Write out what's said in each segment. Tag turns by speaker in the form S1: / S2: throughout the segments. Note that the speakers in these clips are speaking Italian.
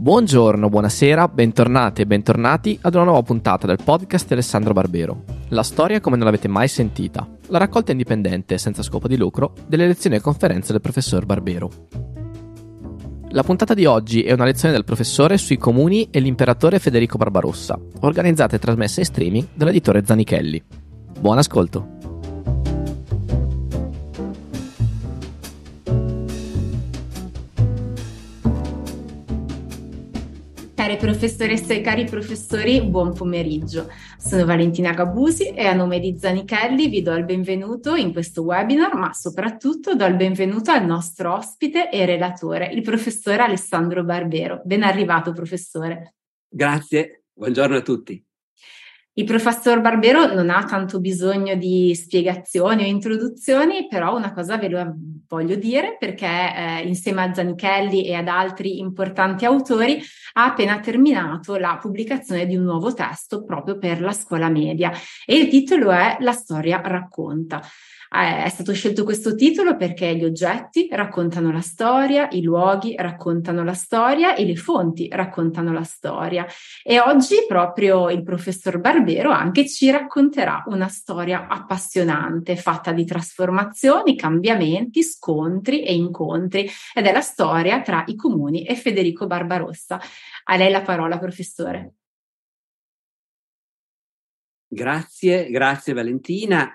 S1: Buongiorno, buonasera, bentornate e bentornati ad una nuova puntata del podcast di Alessandro Barbero. La storia come non l'avete mai sentita. La raccolta indipendente, senza scopo di lucro, delle lezioni e conferenze del professor Barbero. La puntata di oggi è una lezione del professore sui comuni e l'imperatore Federico Barbarossa, organizzata e trasmessa in streaming dall'editore Zanichelli. Buon ascolto!
S2: Care professoresse e cari professori, buon pomeriggio. Sono Valentina Gabusi e a nome di Zanichelli vi do il benvenuto in questo webinar, ma soprattutto do il benvenuto al nostro ospite e relatore, il professore Alessandro Barbero. Ben arrivato, professore.
S3: Grazie, buongiorno a tutti.
S2: Il professor Barbero non ha tanto bisogno di spiegazioni o introduzioni, però una cosa ve lo voglio dire perché insieme a Zanichelli e ad altri importanti autori ha appena terminato la pubblicazione di un nuovo testo proprio per la scuola media e il titolo è La storia racconta. È stato scelto questo titolo perché gli oggetti raccontano la storia, i luoghi raccontano la storia e le fonti raccontano la storia. E oggi proprio il professor Barbero anche ci racconterà una storia appassionante, fatta di trasformazioni, cambiamenti, scontri e incontri. Ed è la storia tra i comuni e Federico Barbarossa. A lei la parola, professore.
S3: Grazie Valentina.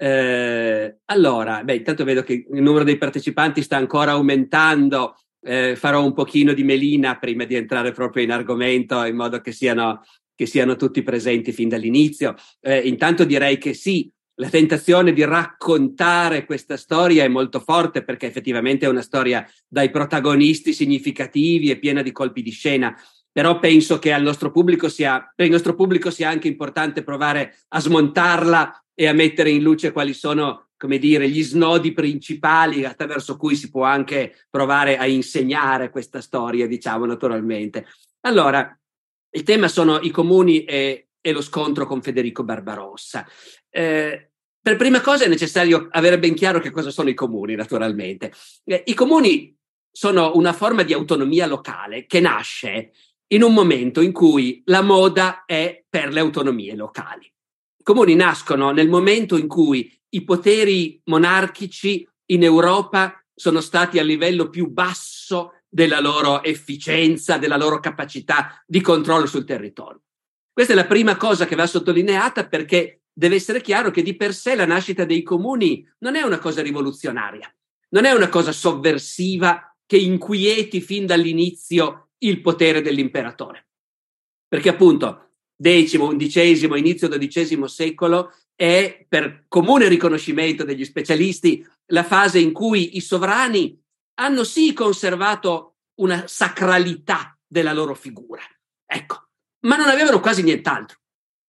S3: Allora, intanto vedo che il numero dei partecipanti sta ancora aumentando, farò un pochino di melina prima di entrare proprio in argomento, in modo che siano tutti presenti fin dall'inizio. Intanto direi che sì, la tentazione di raccontare questa storia è molto forte, perché effettivamente è una storia dai protagonisti significativi e piena di colpi di scena. Però penso che per il nostro pubblico sia anche importante provare a smontarla e a mettere in luce quali sono, come dire, gli snodi principali attraverso cui si può anche provare a insegnare questa storia, diciamo, naturalmente. Allora, il tema sono i comuni e lo scontro con Federico Barbarossa. Per prima cosa è necessario avere ben chiaro che cosa sono i comuni, naturalmente. I comuni sono una forma di autonomia locale che nasce in un momento in cui la moda è per le autonomie locali. I comuni nascono nel momento in cui i poteri monarchici in Europa sono stati al livello più basso della loro efficienza, della loro capacità di controllo sul territorio. Questa è la prima cosa che va sottolineata, perché deve essere chiaro che di per sé la nascita dei comuni non è una cosa rivoluzionaria, non è una cosa sovversiva che inquieti fin dall'inizio il potere dell'imperatore, perché appunto X, XI, inizio XII secolo è, per comune riconoscimento degli specialisti, la fase in cui i sovrani hanno sì conservato una sacralità della loro figura, ecco, ma non avevano quasi nient'altro.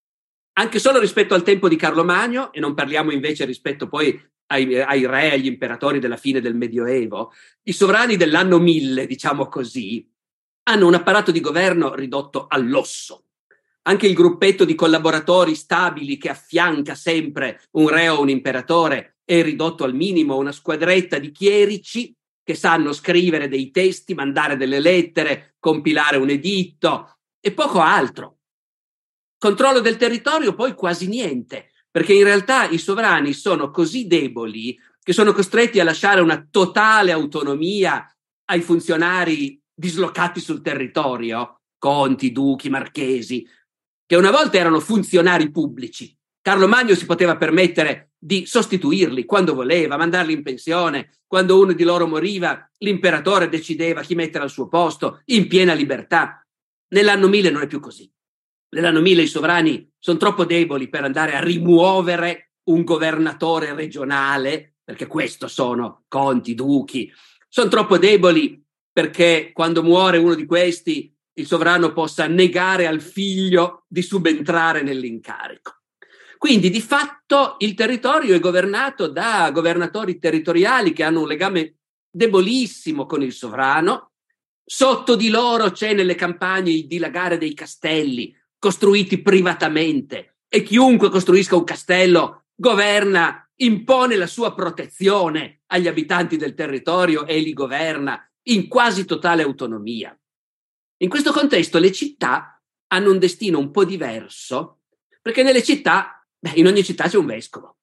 S3: Anche solo rispetto al tempo di Carlo Magno, e non parliamo invece rispetto poi ai re, agli imperatori della fine del Medioevo, i sovrani dell'anno 1000, diciamo così, hanno un apparato di governo ridotto all'osso. Anche il gruppetto di collaboratori stabili che affianca sempre un re o un imperatore è ridotto al minimo, una squadretta di chierici che sanno scrivere dei testi, mandare delle lettere, compilare un editto e poco altro. Controllo del territorio poi quasi niente, perché in realtà i sovrani sono così deboli che sono costretti a lasciare una totale autonomia ai funzionari dislocati sul territorio, conti, duchi, marchesi, che una volta erano funzionari pubblici. Carlo Magno si poteva permettere di sostituirli quando voleva, mandarli in pensione. Quando uno di loro moriva, l'imperatore decideva chi mettere al suo posto, in piena libertà. Nell'anno 1000 non è più così. Nell'anno 1000 i sovrani sono troppo deboli per andare a rimuovere un governatore regionale, perché questo sono conti, duchi. Sono troppo deboli perché quando muore uno di questi il sovrano possa negare al figlio di subentrare nell'incarico. Quindi di fatto il territorio è governato da governatori territoriali che hanno un legame debolissimo con il sovrano. Sotto di loro c'è nelle campagne il dilagare dei castelli costruiti privatamente, e chiunque costruisca un castello governa, impone la sua protezione agli abitanti del territorio e li governa in quasi totale autonomia. In questo contesto le città hanno un destino un po' diverso, perché nelle città, in ogni città c'è un vescovo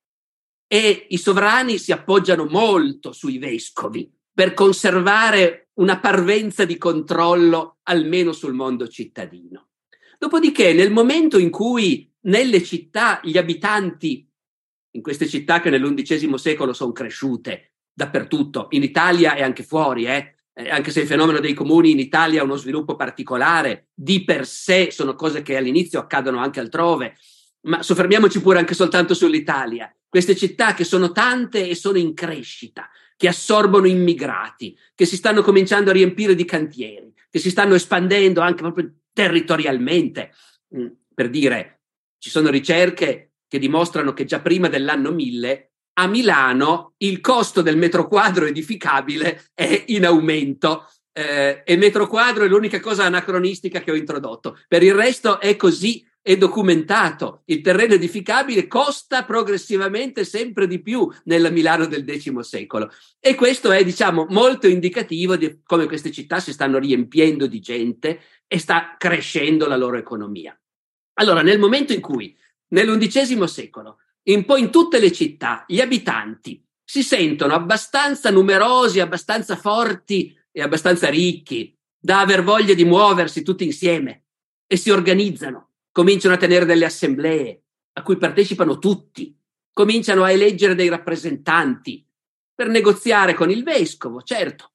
S3: e i sovrani si appoggiano molto sui vescovi per conservare una parvenza di controllo almeno sul mondo cittadino. Dopodiché, nel momento in cui nelle città gli abitanti, in queste città che nell'undicesimo secolo sono cresciute dappertutto, in Italia e anche fuori, anche se il fenomeno dei comuni in Italia ha uno sviluppo particolare, di per sé sono cose che all'inizio accadono anche altrove, ma soffermiamoci pure anche soltanto sull'Italia. Queste città che sono tante e sono in crescita, che assorbono immigrati, che si stanno cominciando a riempire di cantieri, che si stanno espandendo anche proprio territorialmente. Per dire, ci sono ricerche che dimostrano che già prima dell'anno 1000 a Milano il costo del metro quadro edificabile è in aumento e metro quadro è l'unica cosa anacronistica che ho introdotto. Per il resto è così, è documentato. Il terreno edificabile costa progressivamente sempre di più nella Milano del X secolo e questo è, diciamo, molto indicativo di come queste città si stanno riempiendo di gente e sta crescendo la loro economia. Allora, nel momento in cui nell'undicesimo secolo un po' in tutte le città gli abitanti si sentono abbastanza numerosi, abbastanza forti e abbastanza ricchi da aver voglia di muoversi tutti insieme e si organizzano, cominciano a tenere delle assemblee a cui partecipano tutti, cominciano a eleggere dei rappresentanti per negoziare con il vescovo, certo,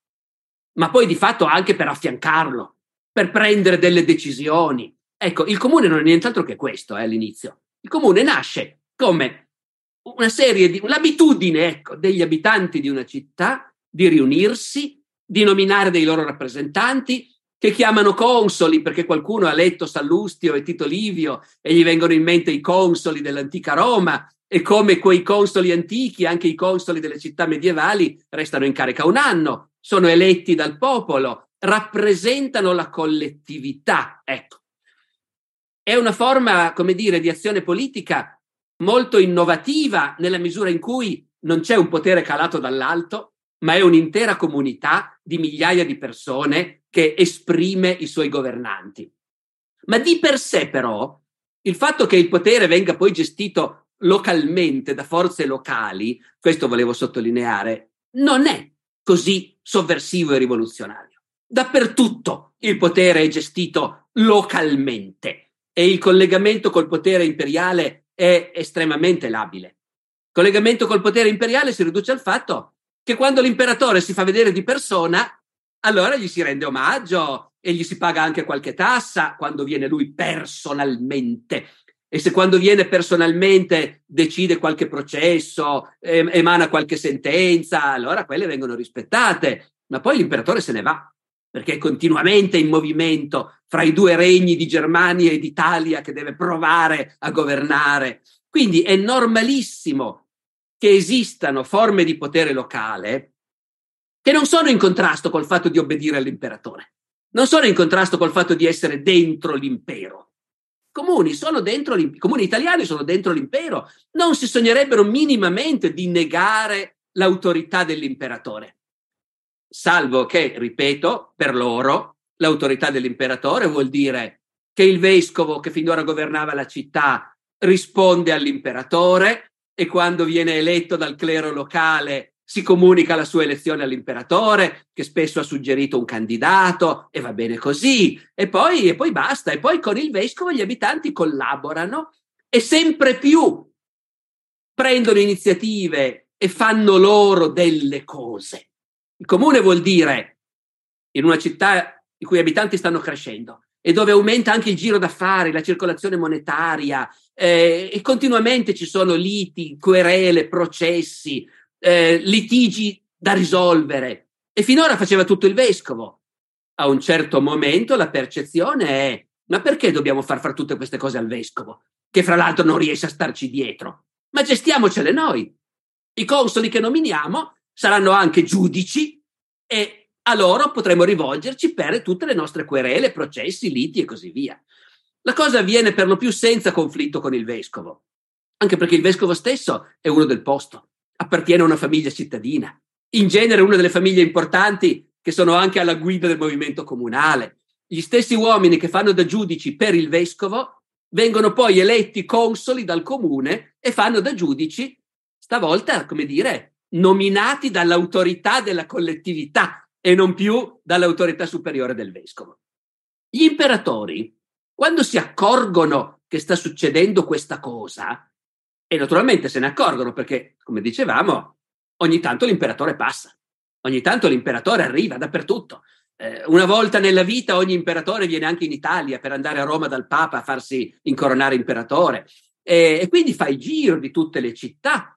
S3: ma poi di fatto anche per affiancarlo, per prendere delle decisioni. Ecco, il comune non è nient'altro che questo all'inizio. Il comune nasce come una serie di l'abitudine, ecco, degli abitanti di una città di riunirsi, di nominare dei loro rappresentanti che chiamano consoli perché qualcuno ha letto Sallustio e Tito Livio e gli vengono in mente i consoli dell'antica Roma e come quei consoli antichi, anche i consoli delle città medievali restano in carica un anno, sono eletti dal popolo, rappresentano la collettività, ecco. È una forma, come dire, di azione politica molto innovativa nella misura in cui non c'è un potere calato dall'alto, ma è un'intera comunità di migliaia di persone che esprime i suoi governanti. Ma di per sé, però, il fatto che il potere venga poi gestito localmente da forze locali, questo volevo sottolineare, non è così sovversivo e rivoluzionario. Dappertutto il potere è gestito localmente. E il collegamento col potere imperiale è estremamente labile. Il collegamento col potere imperiale si riduce al fatto che quando l'imperatore si fa vedere di persona, allora gli si rende omaggio e gli si paga anche qualche tassa quando viene lui personalmente. E se quando viene personalmente decide qualche processo, emana qualche sentenza, allora quelle vengono rispettate. Ma poi l'imperatore se ne va, perché è continuamente in movimento fra i due regni di Germania e d'Italia che deve provare a governare. Quindi è normalissimo che esistano forme di potere locale che non sono in contrasto col fatto di obbedire all'imperatore, non sono in contrasto col fatto di essere dentro l'impero. Comuni italiani sono dentro l'impero, non si sognerebbero minimamente di negare l'autorità dell'imperatore. Salvo che, ripeto, per loro l'autorità dell'imperatore vuol dire che il vescovo che finora governava la città risponde all'imperatore e quando viene eletto dal clero locale si comunica la sua elezione all'imperatore, che spesso ha suggerito un candidato e va bene così, e poi basta, e poi con il vescovo gli abitanti collaborano e sempre più prendono iniziative e fanno loro delle cose. Il comune vuol dire, in una città i cui abitanti stanno crescendo e dove aumenta anche il giro d'affari, la circolazione monetaria, e continuamente ci sono liti, querele, processi, litigi da risolvere. E finora faceva tutto il vescovo. A un certo momento la percezione è: ma perché dobbiamo far tutte queste cose al vescovo, che fra l'altro non riesce a starci dietro? Ma gestiamocele noi. I consoli che nominiamo saranno anche giudici e a loro potremo rivolgerci per tutte le nostre querele, processi, liti e così via. La cosa avviene per lo più senza conflitto con il vescovo, anche perché il vescovo stesso è uno del posto, appartiene a una famiglia cittadina, in genere una delle famiglie importanti che sono anche alla guida del movimento comunale. gli stessi uomini che fanno da giudici per il vescovo vengono poi eletti consoli dal comune e fanno da giudici, stavolta, come dire, nominati dall'autorità della collettività e non più dall'autorità superiore del vescovo. Gli imperatori, quando si accorgono che sta succedendo questa cosa, e naturalmente se ne accorgono perché, come dicevamo, ogni tanto l'imperatore passa, ogni tanto l'imperatore arriva dappertutto. Una volta nella vita ogni imperatore viene anche in Italia per andare a Roma dal Papa a farsi incoronare imperatore, e quindi fa il giro di tutte le città,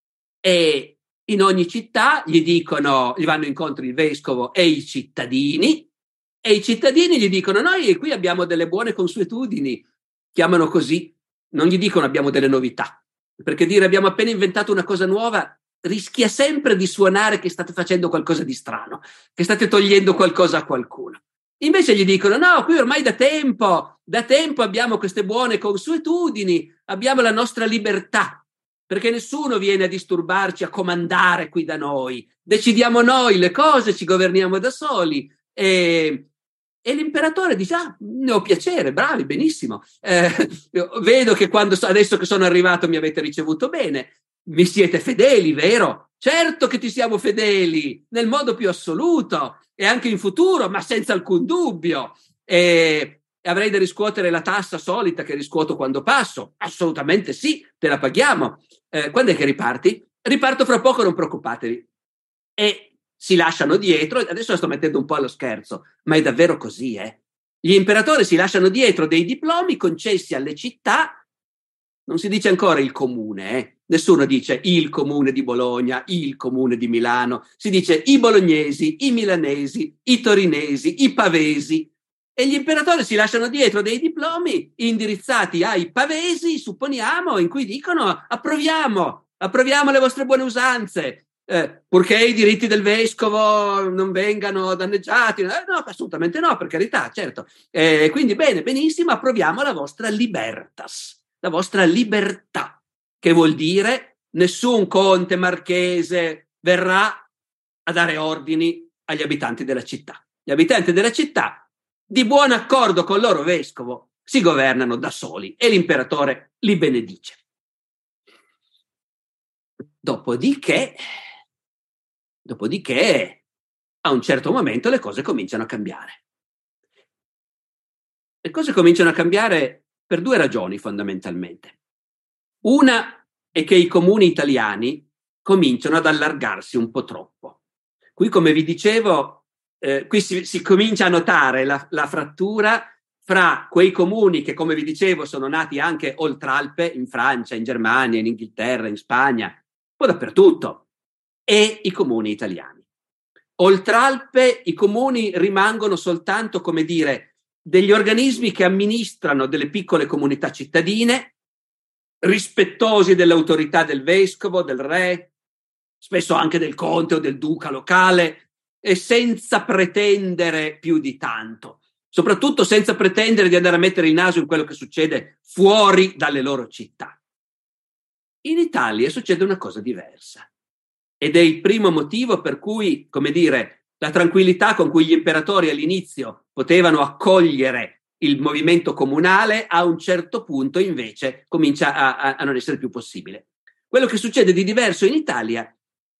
S3: e in ogni città gli vanno incontro il vescovo e i cittadini gli dicono: noi qui abbiamo delle buone consuetudini, chiamano così, non gli dicono abbiamo delle novità, perché dire abbiamo appena inventato una cosa nuova rischia sempre di suonare che state facendo qualcosa di strano, che state togliendo qualcosa a qualcuno. Invece gli dicono: no, qui ormai da tempo abbiamo queste buone consuetudini, abbiamo la nostra libertà, perché nessuno viene a disturbarci, a comandare qui da noi, decidiamo noi le cose, ci governiamo da soli. E l'imperatore dice: ah, ne ho piacere, bravi, benissimo, vedo che adesso che sono arrivato mi avete ricevuto bene, mi siete fedeli, vero? Certo che ti siamo fedeli, nel modo più assoluto, e anche in futuro, ma senza alcun dubbio. E avrei da riscuotere la tassa solita che riscuoto quando passo? Assolutamente sì, te la paghiamo. Quando è che riparti? Riparto fra poco, non preoccupatevi. E si lasciano dietro, adesso la sto mettendo un po' allo scherzo, ma è davvero così, Gli imperatori si lasciano dietro dei diplomi concessi alle città. Non si dice ancora il comune, Nessuno dice il comune di Bologna, il comune di Milano, si dice i bolognesi, i milanesi, i torinesi, i pavesi, e gli imperatori si lasciano dietro dei diplomi indirizzati ai pavesi, supponiamo, in cui dicono approviamo le vostre buone usanze, purché i diritti del vescovo non vengano danneggiati. No, assolutamente no, per carità, certo. Quindi bene, benissimo, approviamo la vostra libertas, la vostra libertà, che vuol dire nessun conte marchese verrà a dare ordini agli abitanti della città. Gli abitanti della città, di buon accordo con il loro vescovo, si governano da soli e l'imperatore li benedice. Dopodiché, a un certo momento le cose cominciano a cambiare. Le cose cominciano a cambiare per due ragioni fondamentalmente. Una è che i comuni italiani cominciano ad allargarsi un po' troppo. Qui, come vi dicevo, qui si comincia a notare la frattura fra quei comuni che, come vi dicevo, sono nati anche oltralpe, in Francia, in Germania, in Inghilterra, in Spagna, un po' dappertutto, e i comuni italiani. Oltralpe i comuni rimangono soltanto, come dire, degli organismi che amministrano delle piccole comunità cittadine, rispettosi dell'autorità del vescovo, del re, spesso anche del conte o del duca locale, e senza pretendere più di tanto, soprattutto senza pretendere di andare a mettere il naso in quello che succede fuori dalle loro città. In Italia succede una cosa diversa, ed è il primo motivo per cui, come dire, la tranquillità con cui gli imperatori all'inizio potevano accogliere il movimento comunale a un certo punto invece comincia a non essere più possibile. Quello che succede di diverso in Italia,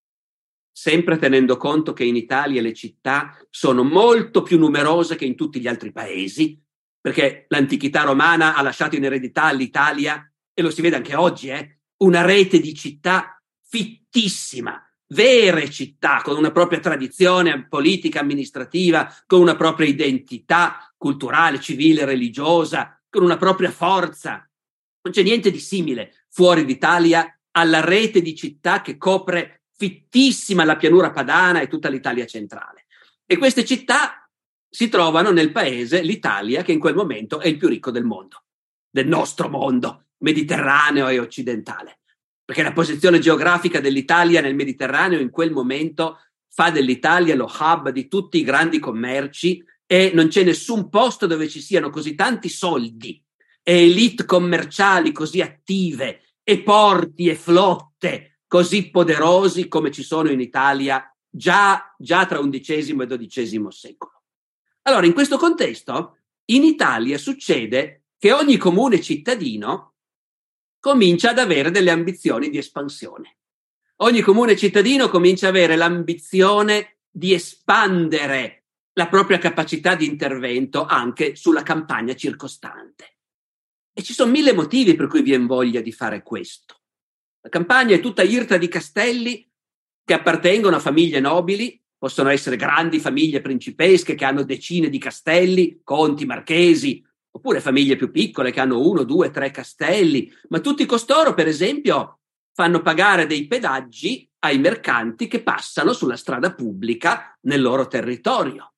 S3: sempre tenendo conto che in Italia le città sono molto più numerose che in tutti gli altri paesi, perché l'antichità romana ha lasciato in eredità all'Italia, e lo si vede anche oggi, una rete di città fittissima, vere città con una propria tradizione politica, amministrativa, con una propria identità culturale, civile, religiosa, con una propria forza. Non c'è niente di simile fuori d'Italia alla rete di città che copre fittissima la pianura padana e tutta l'Italia centrale. E queste città si trovano nel paese, l'Italia, che in quel momento è il più ricco del mondo, del nostro mondo, mediterraneo e occidentale. Perché la posizione geografica dell'Italia nel Mediterraneo in quel momento fa dell'Italia lo hub di tutti i grandi commerci, e non c'è nessun posto dove ci siano così tanti soldi e elite commerciali così attive e porti e flotte così poderosi come ci sono in Italia già tra XI e XII secolo. Allora, in questo contesto, in Italia succede che ogni comune cittadino comincia ad avere delle ambizioni di espansione. Ogni comune cittadino comincia ad avere l'ambizione di espandere la propria capacità di intervento anche sulla campagna circostante. E ci sono 1000 motivi per cui viene voglia di fare questo. La campagna è tutta irta di castelli che appartengono a famiglie nobili, possono essere grandi famiglie principesche che hanno decine di castelli, conti, marchesi, oppure famiglie più piccole che hanno 1, 2, 3 castelli, ma tutti costoro, per esempio, fanno pagare dei pedaggi ai mercanti che passano sulla strada pubblica nel loro territorio.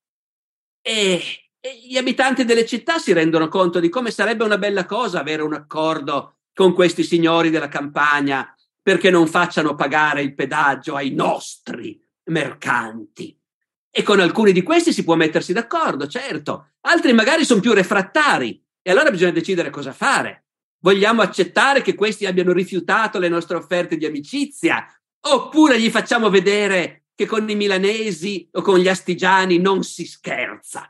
S3: E gli abitanti delle città si rendono conto di come sarebbe una bella cosa avere un accordo con questi signori della campagna perché non facciano pagare il pedaggio ai nostri mercanti. E con alcuni di questi si può mettersi d'accordo, certo. Altri magari sono più refrattari e allora bisogna decidere cosa fare. Vogliamo accettare che questi abbiano rifiutato le nostre offerte di amicizia oppure gli facciamo vedere che con i milanesi o con gli astigiani non si scherza?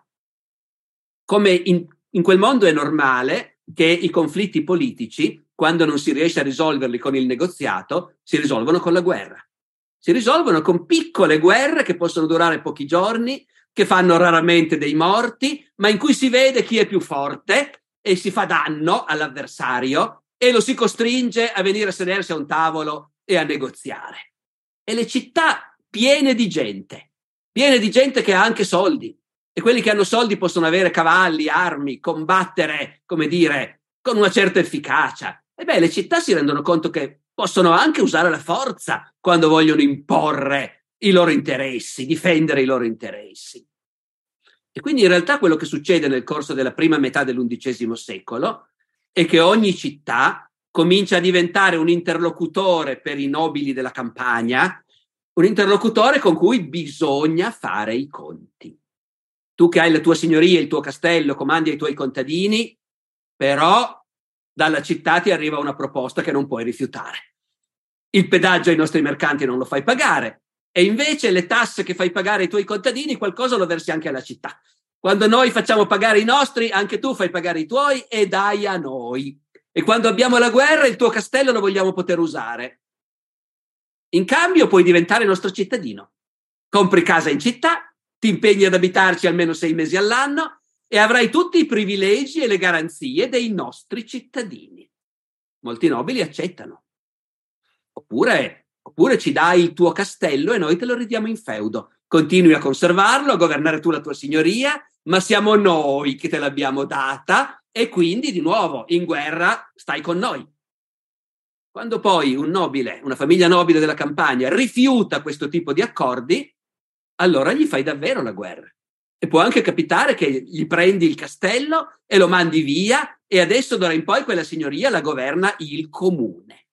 S3: Come in quel mondo è normale che i conflitti politici, quando non si riesce a risolverli con il negoziato, si risolvono con la guerra. Si risolvono con piccole guerre che possono durare pochi giorni, che fanno raramente dei morti, ma in cui si vede chi è più forte e si fa danno all'avversario e lo si costringe a venire a sedersi a un tavolo e a negoziare. E le città piene di gente che ha anche soldi. E quelli che hanno soldi possono avere cavalli, armi, combattere, come dire, con una certa efficacia. E le città si rendono conto che possono anche usare la forza quando vogliono imporre i loro interessi, difendere i loro interessi. E quindi in realtà quello che succede nel corso della prima metà dell'undicesimo secolo è che ogni città comincia a diventare un interlocutore per i nobili della campagna, un interlocutore con cui bisogna fare i conti. Tu che hai la tua signoria, il tuo castello, comandi ai tuoi contadini, però dalla città ti arriva una proposta che non puoi rifiutare. Il pedaggio ai nostri mercanti non lo fai pagare e invece le tasse che fai pagare ai tuoi contadini qualcosa lo versi anche alla città. Quando noi facciamo pagare i nostri, anche tu fai pagare i tuoi e dai a noi. E quando abbiamo la guerra, il tuo castello lo vogliamo poter usare. In cambio puoi diventare nostro cittadino. Compri casa in città, ti impegni ad abitarci almeno 6 mesi all'anno e avrai tutti i privilegi e le garanzie dei nostri cittadini. Molti nobili accettano. Oppure ci dai il tuo castello e noi te lo ridiamo in feudo. Continui a conservarlo, a governare tu la tua signoria, ma siamo noi che te l'abbiamo data e quindi di nuovo in guerra stai con noi. Quando poi un nobile, una famiglia nobile della campagna rifiuta questo tipo di accordi, allora gli fai davvero la guerra. E può anche capitare che gli prendi il castello e lo mandi via e adesso d'ora in poi quella signoria la governa il comune.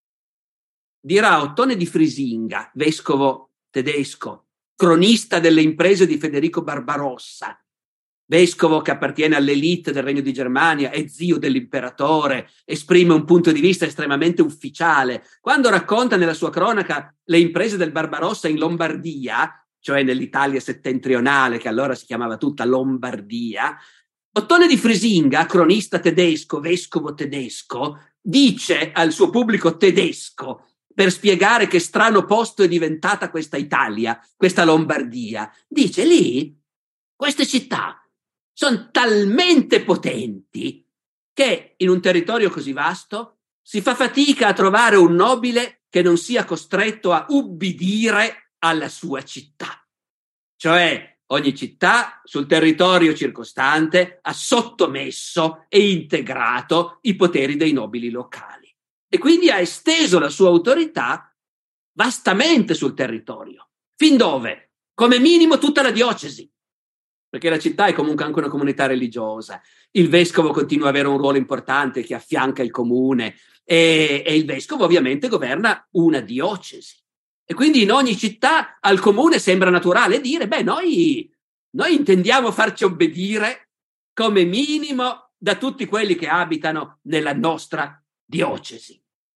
S3: Dirà Ottone di Frisinga, vescovo tedesco, cronista delle imprese di Federico Barbarossa, vescovo che appartiene all'elite del Regno di Germania, è zio dell'imperatore, esprime un punto di vista estremamente ufficiale. Quando racconta nella sua cronaca le imprese del Barbarossa in Lombardia, cioè nell'Italia settentrionale, che allora si chiamava tutta Lombardia, Ottone di Frisinga, cronista tedesco, vescovo tedesco, dice al suo pubblico tedesco, per spiegare che strano posto è diventata questa Italia, questa Lombardia, dice lì, queste città sono talmente potenti che in un territorio così vasto si fa fatica a trovare un nobile che non sia costretto a ubbidire alla sua città. Cioè ogni città sul territorio circostante ha sottomesso e integrato i poteri dei nobili locali e quindi ha esteso la sua autorità vastamente sul territorio. Fin dove? Come minimo tutta la diocesi, perché la città è comunque anche una comunità religiosa. Il vescovo continua ad avere un ruolo importante che affianca il comune e il vescovo ovviamente governa una diocesi. E quindi in ogni città al comune sembra naturale dire, noi intendiamo farci obbedire come minimo da tutti quelli che abitano nella nostra diocesi.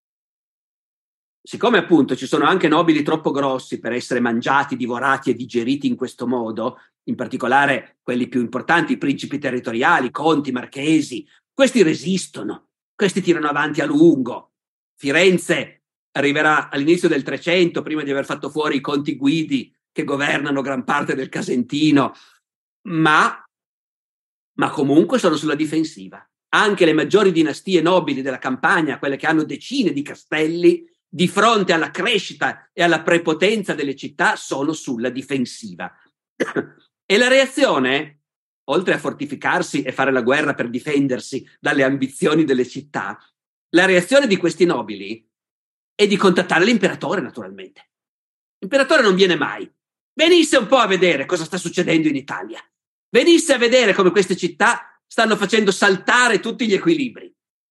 S3: Siccome appunto ci sono anche nobili troppo grossi per essere mangiati, divorati e digeriti in questo modo, in particolare quelli più importanti, i principi territoriali, conti, marchesi. Questi resistono, questi tirano avanti a lungo. Firenze arriverà all'inizio del 300, prima di aver fatto fuori i conti guidi che governano gran parte del Casentino, ma comunque sono sulla difensiva. Anche le maggiori dinastie nobili della Campania, quelle che hanno decine di castelli, di fronte alla crescita e alla prepotenza delle città, sono sulla difensiva. E la reazione, oltre a fortificarsi e fare la guerra per difendersi dalle ambizioni delle città, la reazione di questi nobili è di contattare l'imperatore, naturalmente. L'imperatore non viene mai. Venisse un po' a vedere cosa sta succedendo in Italia. Venisse a vedere come queste città stanno facendo saltare tutti gli equilibri.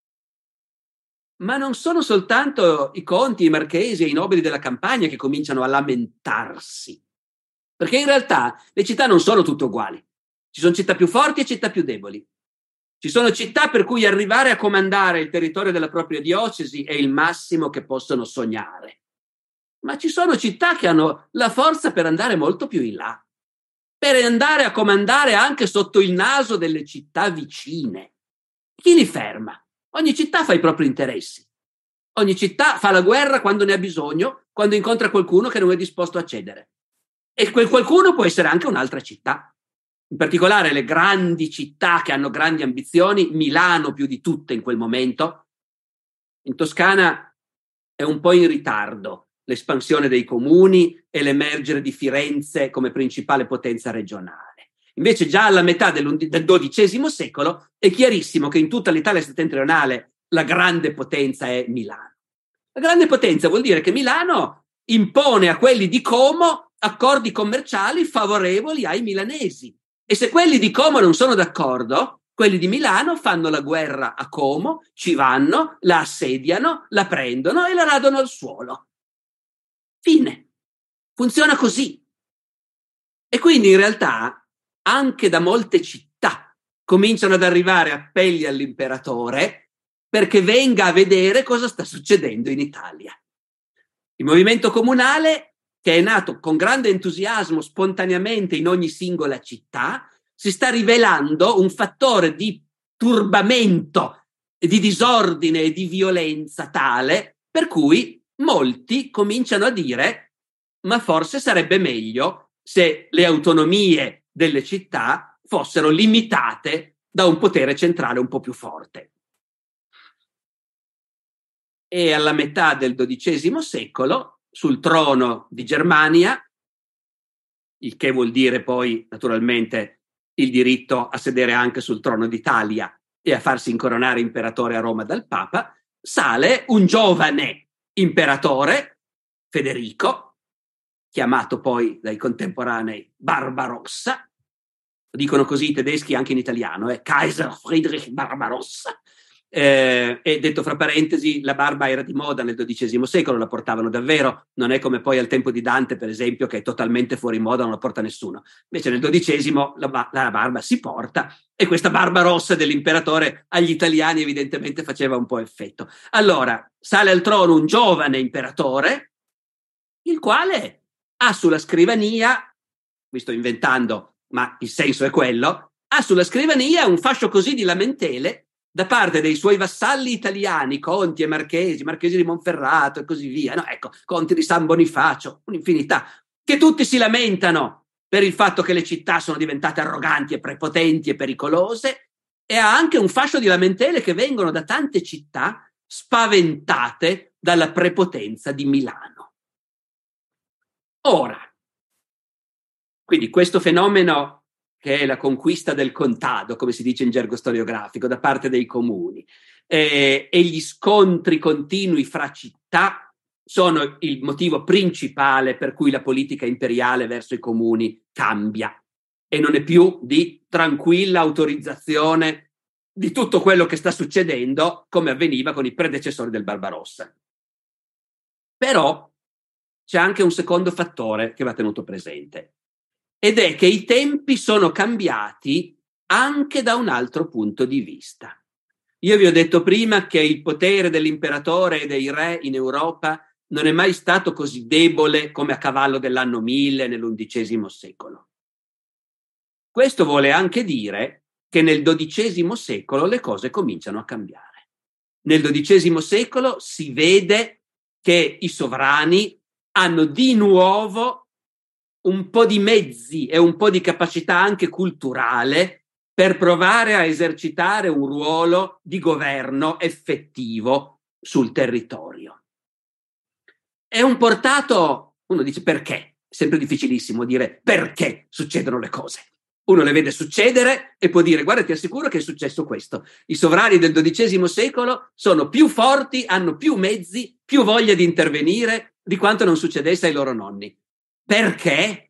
S3: Ma non sono soltanto i conti, i marchesi e i nobili della Campania che cominciano a lamentarsi. Perché in realtà le città non sono tutte uguali. Ci sono città più forti e città più deboli. Ci sono città per cui arrivare a comandare il territorio della propria diocesi è il massimo che possono sognare. Ma ci sono città che hanno la forza per andare molto più in là, per andare a comandare anche sotto il naso delle città vicine. Chi li ferma? Ogni città fa i propri interessi. Ogni città fa la guerra quando ne ha bisogno, quando incontra qualcuno che non è disposto a cedere. E quel qualcuno può essere anche un'altra città. In particolare le grandi città che hanno grandi ambizioni, Milano più di tutte in quel momento. In Toscana è un po' in ritardo l'espansione dei comuni e l'emergere di Firenze come principale potenza regionale. Invece già alla metà del XII secolo è chiarissimo che in tutta l'Italia settentrionale la grande potenza è Milano. La grande potenza vuol dire che Milano impone a quelli di Como accordi commerciali favorevoli ai milanesi. E se quelli di Como non sono d'accordo, quelli di Milano fanno la guerra a Como, ci vanno, la assediano, la prendono e la radono al suolo. Fine. Funziona così. E quindi in realtà anche da molte città cominciano ad arrivare appelli all'imperatore perché venga a vedere cosa sta succedendo in Italia. Il movimento comunale, che è nato con grande entusiasmo spontaneamente in ogni singola città, si sta rivelando un fattore di turbamento, di disordine e di violenza tale per cui molti cominciano a dire: ma forse sarebbe meglio se le autonomie delle città fossero limitate da un potere centrale un po' più forte. E alla metà del XII secolo, sul trono di Germania, il che vuol dire poi naturalmente il diritto a sedere anche sul trono d'Italia e a farsi incoronare imperatore a Roma dal Papa, sale un giovane imperatore, Federico, chiamato poi dai contemporanei Barbarossa, dicono così i tedeschi anche in italiano, Kaiser Friedrich Barbarossa, e detto fra parentesi, la barba era di moda nel XII secolo, la portavano davvero, non è come poi al tempo di Dante per esempio che è totalmente fuori moda, non la porta nessuno. Invece nel XII la barba si porta e questa barba rossa dell'imperatore agli italiani evidentemente faceva un po' effetto. Allora sale al trono un giovane imperatore, il quale ha sulla scrivania, vi sto inventando ma il senso è quello, ha sulla scrivania un fascio così di lamentele da parte dei suoi vassalli italiani, conti e marchesi di Monferrato e così via, no? Ecco, conti di San Bonifacio, un'infinità, che tutti si lamentano per il fatto che le città sono diventate arroganti e prepotenti e pericolose, e ha anche un fascio di lamentele che vengono da tante città spaventate dalla prepotenza di Milano. Ora, quindi questo fenomeno che è la conquista del contado, come si dice in gergo storiografico, da parte dei comuni, e gli scontri continui fra città sono il motivo principale per cui la politica imperiale verso i comuni cambia e non è più di tranquilla autorizzazione di tutto quello che sta succedendo come avveniva con i predecessori del Barbarossa. Però c'è anche un secondo fattore che va tenuto presente. Ed è che i tempi sono cambiati anche da un altro punto di vista. Io vi ho detto prima che il potere dell'imperatore e dei re in Europa non è mai stato così debole come a cavallo dell'anno 1000 nell'undicesimo secolo. Questo vuole anche dire che nel XII secolo le cose cominciano a cambiare. Nel XII secolo si vede che i sovrani hanno di nuovo un po' di mezzi e un po' di capacità anche culturale per provare a esercitare un ruolo di governo effettivo sul territorio. È un portato, uno dice perché? È sempre difficilissimo dire perché succedono le cose. Uno le vede succedere e può dire guarda, ti assicuro che è successo questo. I sovrani del XII secolo sono più forti, hanno più mezzi, più voglia di intervenire di quanto non succedesse ai loro nonni. Perché?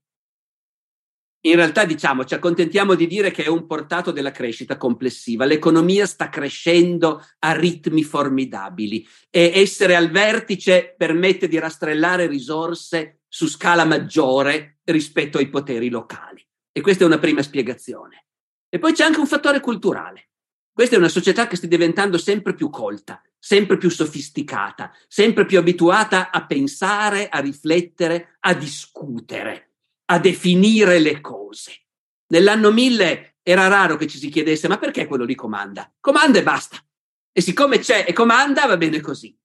S3: In realtà ci accontentiamo di dire che è un portato della crescita complessiva. L'economia sta crescendo a ritmi formidabili e essere al vertice permette di rastrellare risorse su scala maggiore rispetto ai poteri locali. E questa è una prima spiegazione. E poi c'è anche un fattore culturale. Questa è una società che sta diventando sempre più colta, sempre più sofisticata, sempre più abituata a pensare, a riflettere, a discutere, a definire le cose. Nell'anno 1000 era raro che ci si chiedesse ma perché quello lì comanda? Comanda e basta. E siccome c'è e comanda va bene così.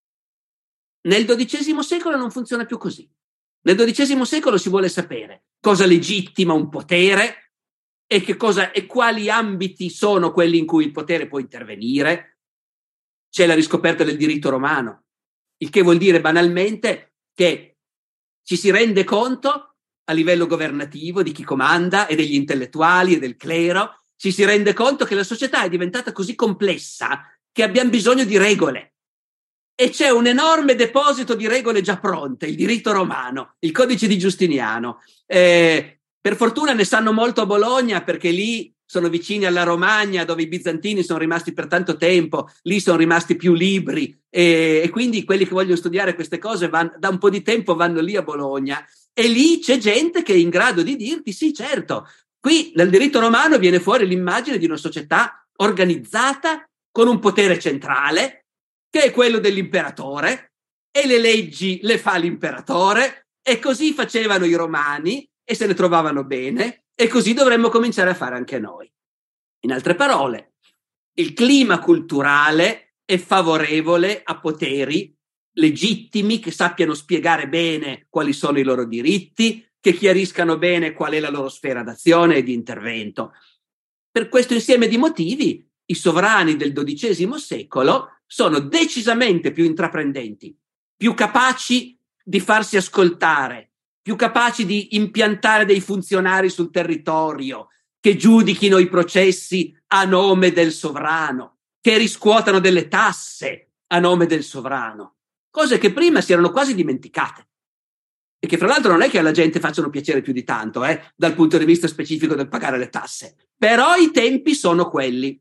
S3: Nel XII secolo non funziona più così. Nel XII secolo si vuole sapere cosa legittima un potere e quali ambiti sono quelli in cui il potere può intervenire. C'è la riscoperta del diritto romano, il che vuol dire banalmente che ci si rende conto a livello governativo di chi comanda e degli intellettuali e del clero, ci si rende conto che la società è diventata così complessa che abbiamo bisogno di regole. E c'è un enorme deposito di regole già pronte, il diritto romano, il codice di Giustiniano. Per fortuna ne sanno molto a Bologna perché lì sono vicini alla Romagna dove i bizantini sono rimasti per tanto tempo, lì sono rimasti più libri e quindi quelli che vogliono studiare queste cose da un po' di tempo vanno lì a Bologna e lì c'è gente che è in grado di dirti sì certo, qui nel diritto romano viene fuori l'immagine di una società organizzata con un potere centrale che è quello dell'imperatore e le leggi le fa l'imperatore e così facevano i romani e se ne trovavano bene e così dovremmo cominciare a fare anche noi. In altre parole, il clima culturale è favorevole a poteri legittimi che sappiano spiegare bene quali sono i loro diritti, che chiariscano bene qual è la loro sfera d'azione e di intervento. Per questo insieme di motivi, i sovrani del XII secolo sono decisamente più intraprendenti, più capaci di farsi ascoltare, più capaci di impiantare dei funzionari sul territorio, che giudichino i processi a nome del sovrano, che riscuotano delle tasse a nome del sovrano, cose che prima si erano quasi dimenticate e che fra l'altro non è che alla gente facciano piacere più di tanto, dal punto di vista specifico del pagare le tasse, però i tempi sono quelli.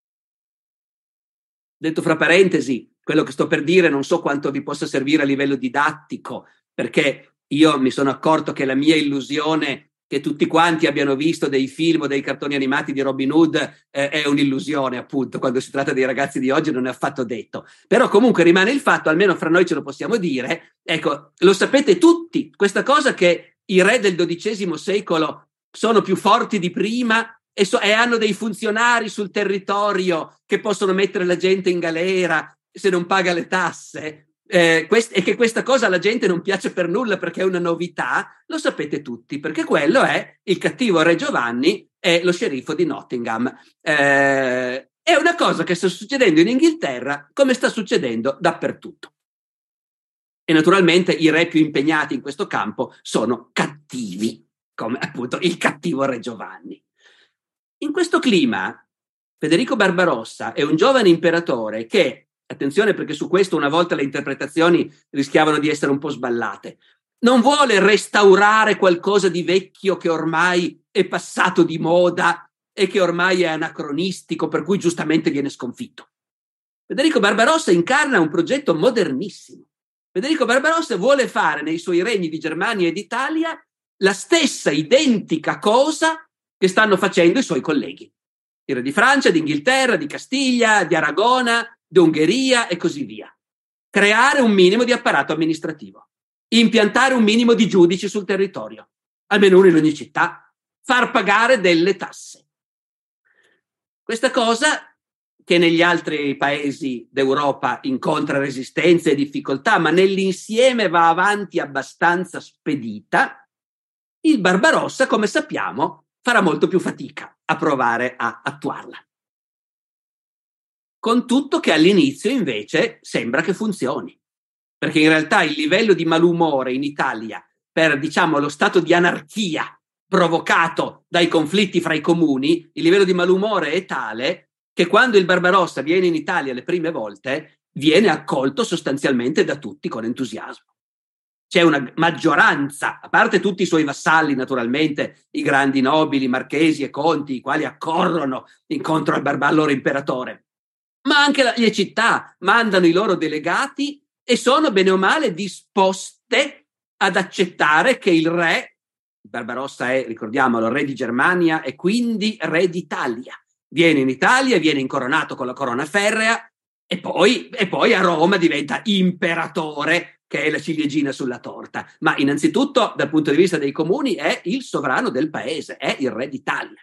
S3: Detto fra parentesi, quello che sto per dire non so quanto vi possa servire a livello didattico, perché io mi sono accorto che la mia illusione che tutti quanti abbiano visto dei film o dei cartoni animati di Robin Hood è un'illusione, appunto, quando si tratta dei ragazzi di oggi non è affatto detto. Però comunque rimane il fatto, almeno fra noi ce lo possiamo dire, ecco, lo sapete tutti, questa cosa che i re del XII secolo sono più forti di prima e hanno dei funzionari sul territorio che possono mettere la gente in galera se non paga le tasse, e che questa cosa alla gente non piace per nulla perché è una novità, lo sapete tutti, perché quello è il cattivo re Giovanni e lo sceriffo di Nottingham. È una cosa che sta succedendo in Inghilterra come sta succedendo dappertutto. E naturalmente i re più impegnati in questo campo sono cattivi, come appunto il cattivo re Giovanni. In questo clima, Federico Barbarossa è un giovane imperatore che, attenzione perché su questo una volta le interpretazioni rischiavano di essere un po' sballate, non vuole restaurare qualcosa di vecchio che ormai è passato di moda e che ormai è anacronistico, per cui giustamente viene sconfitto. Federico Barbarossa incarna un progetto modernissimo. Federico Barbarossa vuole fare nei suoi regni di Germania e d'Italia la stessa identica cosa che stanno facendo i suoi colleghi. Il re di Francia, di Inghilterra, di Castiglia, di Aragona, di Ungheria e così via. Creare un minimo di apparato amministrativo. Impiantare un minimo di giudici sul territorio. Almeno uno in ogni città. far pagare delle tasse. Questa cosa, che negli altri paesi d'Europa incontra resistenze e difficoltà, ma nell'insieme va avanti abbastanza spedita, il Barbarossa, come sappiamo, farà molto più fatica a provare a attuarla. Con tutto che all'inizio invece sembra che funzioni, perché in realtà il livello di malumore in Italia per, diciamo, lo stato di anarchia provocato dai conflitti fra i comuni, il livello di malumore è tale che quando il Barbarossa viene in Italia le prime volte viene accolto sostanzialmente da tutti con entusiasmo. C'è una maggioranza, a parte tutti i suoi vassalli naturalmente, i grandi nobili, marchesi e conti, i quali accorrono incontro al loro imperatore, ma anche le città mandano i loro delegati e sono bene o male disposte ad accettare che il re, Barbarossa è, ricordiamolo, re di Germania e quindi re d'Italia, viene in Italia, viene incoronato con la corona ferrea e poi a Roma diventa imperatore, che è la ciliegina sulla torta. Ma innanzitutto, dal punto di vista dei comuni, è il sovrano del paese, è il re d'Italia.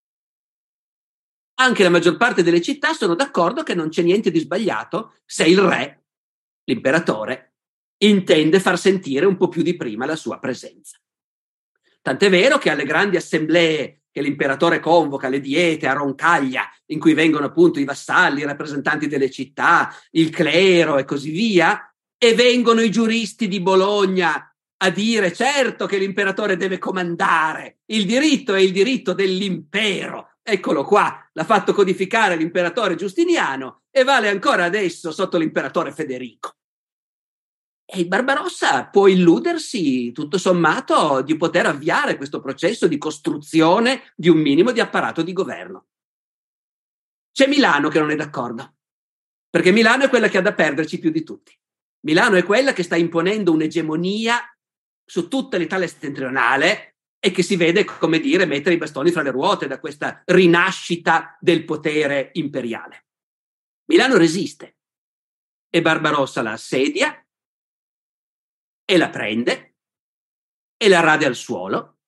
S3: Anche la maggior parte delle città sono d'accordo che non c'è niente di sbagliato se il re, l'imperatore, intende far sentire un po' più di prima la sua presenza. Tant'è vero che alle grandi assemblee che l'imperatore convoca, le diete a Roncaglia, in cui vengono appunto i vassalli, i rappresentanti delle città, il clero e così via, e vengono i giuristi di Bologna a dire certo che l'imperatore deve comandare, il diritto è il diritto dell'impero. Eccolo qua, l'ha fatto codificare l'imperatore Giustiniano e vale ancora adesso sotto l'imperatore Federico. E il Barbarossa può illudersi, tutto sommato, di poter avviare questo processo di costruzione di un minimo di apparato di governo. C'è Milano che non è d'accordo, perché Milano è quella che ha da perderci più di tutti. Milano è quella che sta imponendo un'egemonia su tutta l'Italia settentrionale e che si vede, come dire, mettere i bastoni fra le ruote da questa rinascita del potere imperiale. Milano resiste e Barbarossa la assedia e la prende e la rade al suolo.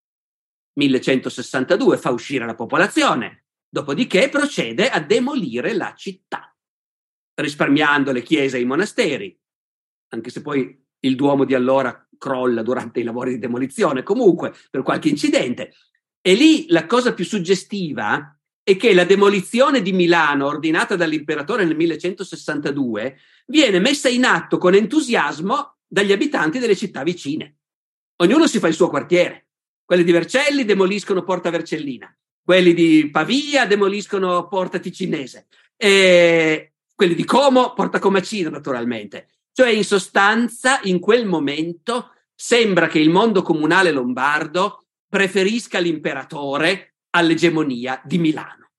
S3: 1162 fa uscire la popolazione, dopodiché procede a demolire la città, risparmiando le chiese e i monasteri, anche se poi il Duomo di allora crolla durante i lavori di demolizione, comunque per qualche incidente. E lì la cosa più suggestiva è che la demolizione di Milano, ordinata dall'imperatore nel 1162, viene messa in atto con entusiasmo dagli abitanti delle città vicine. Ognuno si fa il suo quartiere. Quelli di Vercelli demoliscono Porta Vercellina, quelli di Pavia demoliscono Porta Ticinese, e quelli di Como Porta Comacino, naturalmente. Cioè, in sostanza, in quel momento sembra che il mondo comunale lombardo preferisca l'imperatore all'egemonia di Milano.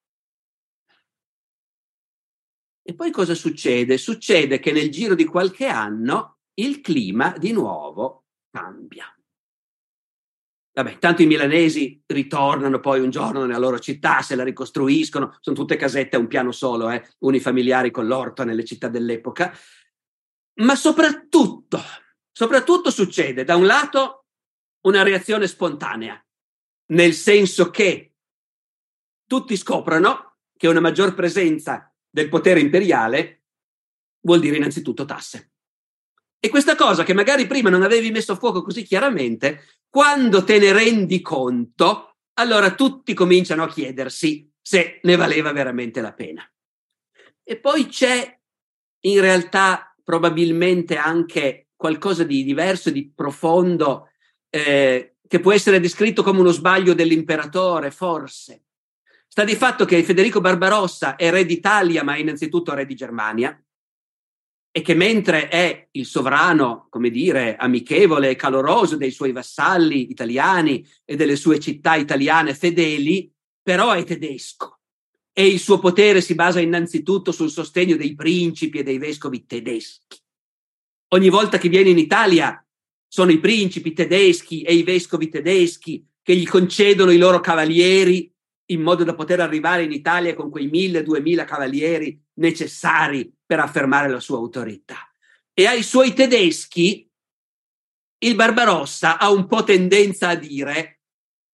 S3: E poi cosa succede? Succede che nel giro di qualche anno il clima di nuovo cambia. Vabbè, tanto i milanesi ritornano poi un giorno nella loro città, se la ricostruiscono, sono tutte casette a un piano solo, unifamiliari con l'orto nelle città dell'epoca, ma soprattutto succede da un lato una reazione spontanea, nel senso che tutti scoprono che una maggior presenza del potere imperiale vuol dire innanzitutto tasse. E questa cosa che magari prima non avevi messo a fuoco così chiaramente, quando te ne rendi conto, allora tutti cominciano a chiedersi se ne valeva veramente la pena. E poi c'è in realtà probabilmente anche qualcosa di diverso, di profondo, che può essere descritto come uno sbaglio dell'imperatore, forse. Sta di fatto che Federico Barbarossa è re d'Italia, ma è innanzitutto re di Germania, e che mentre è il sovrano, come dire, amichevole e caloroso dei suoi vassalli italiani e delle sue città italiane fedeli, però è tedesco e il suo potere si basa innanzitutto sul sostegno dei principi e dei vescovi tedeschi. Ogni volta che viene in Italia sono i principi tedeschi e i vescovi tedeschi che gli concedono i loro cavalieri in modo da poter arrivare in Italia con quei 1.000-2.000 cavalieri necessari per affermare la sua autorità. E ai suoi tedeschi il Barbarossa ha un po' tendenza a dire: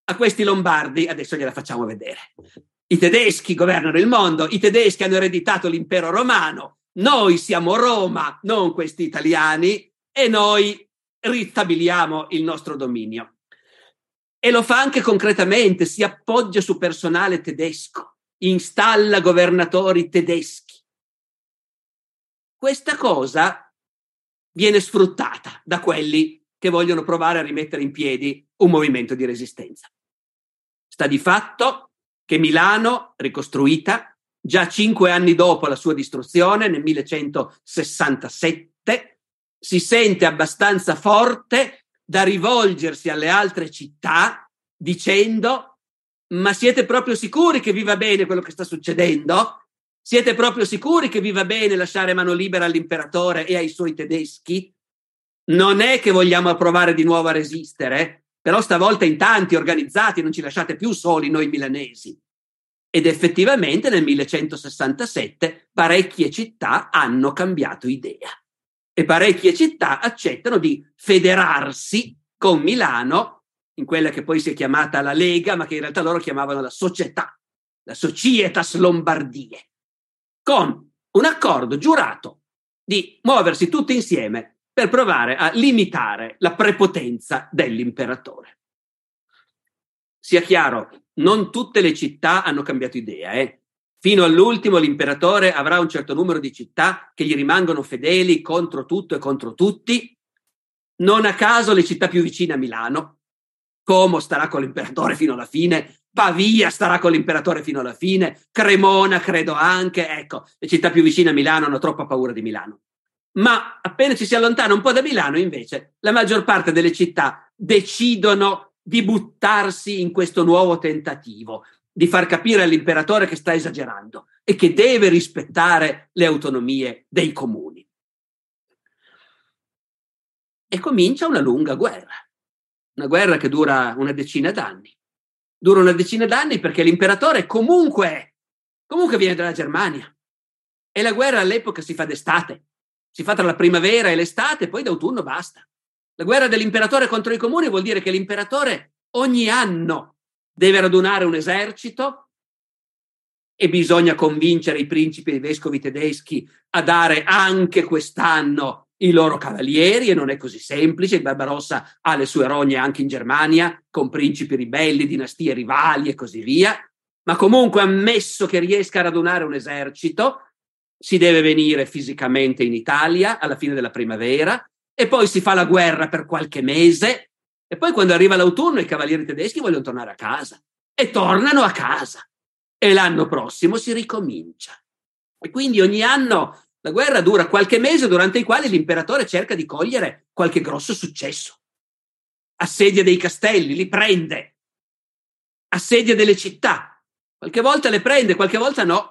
S3: a questi lombardi adesso gliela facciamo vedere. I tedeschi governano il mondo, i tedeschi hanno ereditato l'impero romano, noi siamo Roma, non questi italiani, e noi ristabiliamo il nostro dominio. E lo fa anche concretamente, si appoggia su personale tedesco, installa governatori tedeschi. Questa cosa viene sfruttata da quelli che vogliono provare a rimettere in piedi un movimento di resistenza. Sta di fatto che Milano, ricostruita, già 5 anni dopo la sua distruzione, nel 1167, si sente abbastanza forte da rivolgersi alle altre città dicendo: ma siete proprio sicuri che vi va bene quello che sta succedendo? Siete proprio sicuri che vi va bene lasciare mano libera all'imperatore e ai suoi tedeschi? Non è che vogliamo provare di nuovo a resistere, però stavolta in tanti, organizzati, non ci lasciate più soli noi milanesi. Ed effettivamente nel 1167 parecchie città hanno cambiato idea e parecchie città accettano di federarsi con Milano in quella che poi si è chiamata la Lega, ma che in realtà loro chiamavano la Società, la Societas Lombardie, con un accordo giurato di muoversi tutti insieme per provare a limitare la prepotenza dell'imperatore. Sia chiaro, non tutte le città hanno cambiato idea. Fino all'ultimo l'imperatore avrà un certo numero di città che gli rimangono fedeli contro tutto e contro tutti. Non a caso le città più vicine a Milano, Como starà con l'imperatore fino alla fine, Pavia starà con l'imperatore fino alla fine, Cremona credo anche, ecco, le città più vicine a Milano hanno troppa paura di Milano. Ma appena ci si allontana un po' da Milano, invece, la maggior parte delle città decidono di buttarsi in questo nuovo tentativo, di far capire all'imperatore che sta esagerando e che deve rispettare le autonomie dei comuni. E comincia una lunga guerra che dura una decina d'anni. Dura una decina d'anni perché l'imperatore comunque viene dalla Germania e la guerra all'epoca si fa d'estate. Si fa tra la primavera e l'estate, poi d'autunno basta. La guerra dell'imperatore contro i comuni vuol dire che l'imperatore ogni anno deve radunare un esercito e bisogna convincere i principi e i vescovi tedeschi a dare anche quest'anno i loro cavalieri, e non è così semplice. Il Barbarossa ha le sue rogne anche in Germania, con principi ribelli, dinastie rivali e così via, ma comunque, ammesso che riesca a radunare un esercito, si deve venire fisicamente in Italia alla fine della primavera e poi si fa la guerra per qualche mese e poi quando arriva l'autunno i cavalieri tedeschi vogliono tornare a casa e tornano a casa e l'anno prossimo si ricomincia. E quindi ogni anno la guerra dura qualche mese durante i quali l'imperatore cerca di cogliere qualche grosso successo. Assedia dei castelli, li prende. Assedia delle città. Qualche volta le prende, qualche volta no.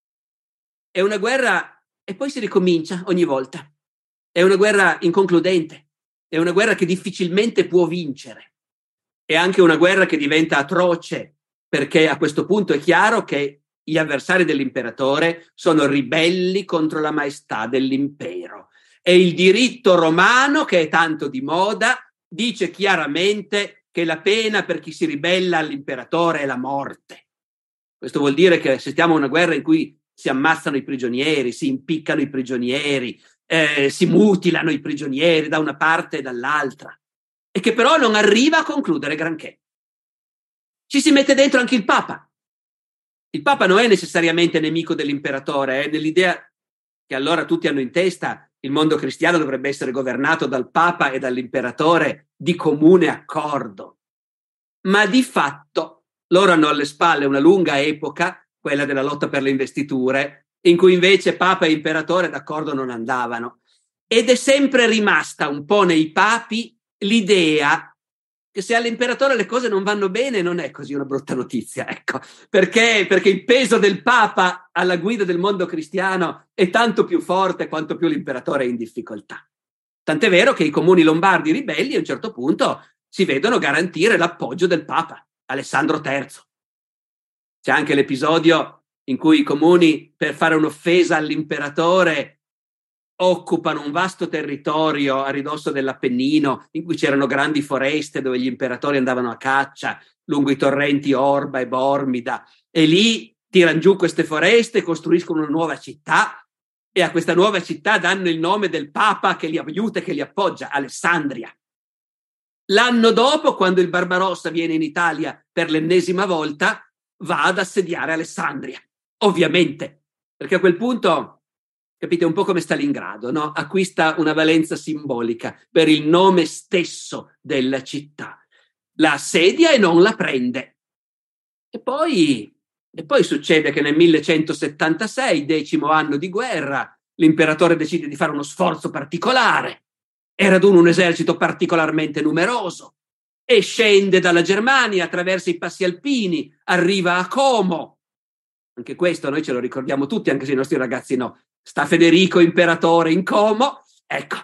S3: È una guerra e poi si ricomincia ogni volta. È una guerra inconcludente. È una guerra che difficilmente può vincere. È anche una guerra che diventa atroce perché a questo punto è chiaro che gli avversari dell'imperatore sono ribelli contro la maestà dell'impero e il diritto romano, che è tanto di moda, dice chiaramente che la pena per chi si ribella all'imperatore è la morte. Questo vuol dire che assistiamo a una guerra in cui si ammazzano i prigionieri, si impiccano i prigionieri, si mutilano i prigionieri da una parte e dall'altra, e che però non arriva a concludere granché. Ci si mette dentro anche il Papa. Il Papa non è necessariamente nemico dell'imperatore, è nell'idea che allora tutti hanno in testa il mondo cristiano dovrebbe essere governato dal Papa e dall'imperatore di comune accordo. Ma di fatto loro hanno alle spalle una lunga epoca, quella della lotta per le investiture, in cui invece Papa e imperatore d'accordo non andavano. Ed è sempre rimasta un po' nei papi l'idea che se all'imperatore le cose non vanno bene non è così una brutta notizia, ecco, perché il peso del Papa alla guida del mondo cristiano è tanto più forte quanto più l'imperatore è in difficoltà. Tant'è vero che i comuni lombardi ribelli a un certo punto si vedono garantire l'appoggio del Papa, Alessandro III. C'è anche l'episodio in cui i comuni, per fare un'offesa all'imperatore, occupano un vasto territorio a ridosso dell'Appennino, in cui c'erano grandi foreste dove gli imperatori andavano a caccia, lungo i torrenti Orba e Bormida, e lì tirano giù queste foreste, costruiscono una nuova città, e a questa nuova città danno il nome del Papa che li aiuta e che li appoggia, Alessandria. L'anno dopo, quando il Barbarossa viene in Italia per l'ennesima volta, va ad assediare Alessandria, ovviamente, perché a quel punto, capite, un po' come Stalingrado, no? Acquista una valenza simbolica per il nome stesso della città. La assedia e non la prende. E poi succede che nel 1176, 10° anno di guerra, l'imperatore decide di fare uno sforzo particolare e raduna un esercito particolarmente numeroso e scende dalla Germania, attraversa i passi alpini, arriva a Como. Anche questo noi ce lo ricordiamo tutti, anche se i nostri ragazzi no. Sta Federico imperatore in Como, ecco,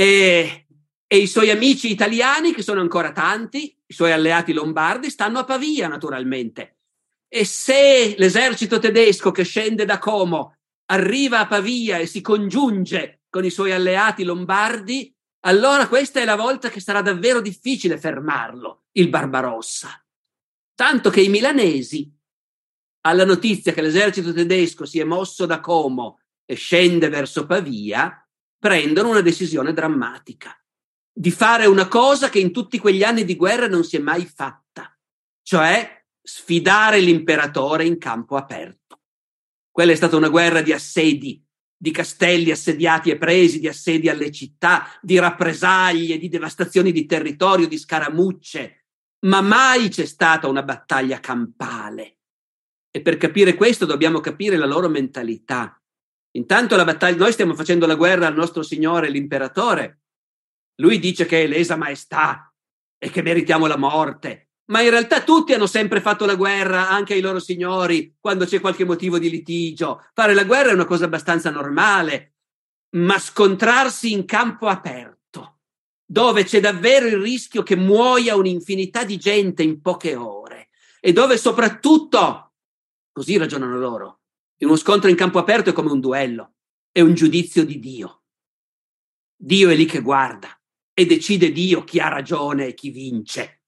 S3: e i suoi amici italiani, che sono ancora tanti, i suoi alleati lombardi, stanno a Pavia naturalmente. E se l'esercito tedesco che scende da Como arriva a Pavia e si congiunge con i suoi alleati lombardi, allora questa è la volta che sarà davvero difficile fermarlo, il Barbarossa. Tanto che i milanesi, alla notizia che l'esercito tedesco si è mosso da Como e scende verso Pavia, prendono una decisione drammatica, di fare una cosa che in tutti quegli anni di guerra non si è mai fatta, cioè sfidare l'imperatore in campo aperto. Quella è stata una guerra di assedi, di castelli assediati e presi, di assedi alle città, di rappresaglie, di devastazioni di territorio, di scaramucce, ma mai c'è stata una battaglia campale. E per capire questo dobbiamo capire la loro mentalità. Intanto la battaglia, noi stiamo facendo la guerra al nostro signore l'imperatore, lui dice che è lesa maestà e che meritiamo la morte, ma in realtà tutti hanno sempre fatto la guerra, anche ai loro signori, quando c'è qualche motivo di litigio. Fare la guerra è una cosa abbastanza normale, ma scontrarsi in campo aperto, dove c'è davvero il rischio che muoia un'infinità di gente in poche ore, e dove soprattutto, così ragionano loro, uno scontro in campo aperto è come un duello, è un giudizio di Dio. Dio è lì che guarda e decide Dio chi ha ragione e chi vince.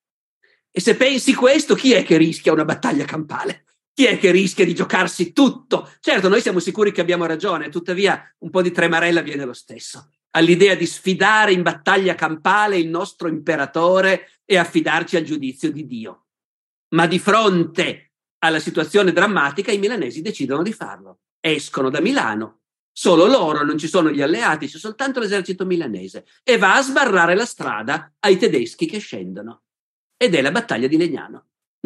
S3: E se pensi questo, chi è che rischia una battaglia campale? Chi è che rischia di giocarsi tutto? Certo, noi siamo sicuri che abbiamo ragione, tuttavia un po' di tremarella viene lo stesso all'idea di sfidare in battaglia campale il nostro imperatore e affidarci al giudizio di Dio. Ma di fronte alla situazione drammatica i milanesi decidono di farlo. Escono da Milano, solo loro, non ci sono gli alleati, c'è soltanto l'esercito milanese, e va a sbarrare la strada ai tedeschi che scendono. Ed è la battaglia di Legnano,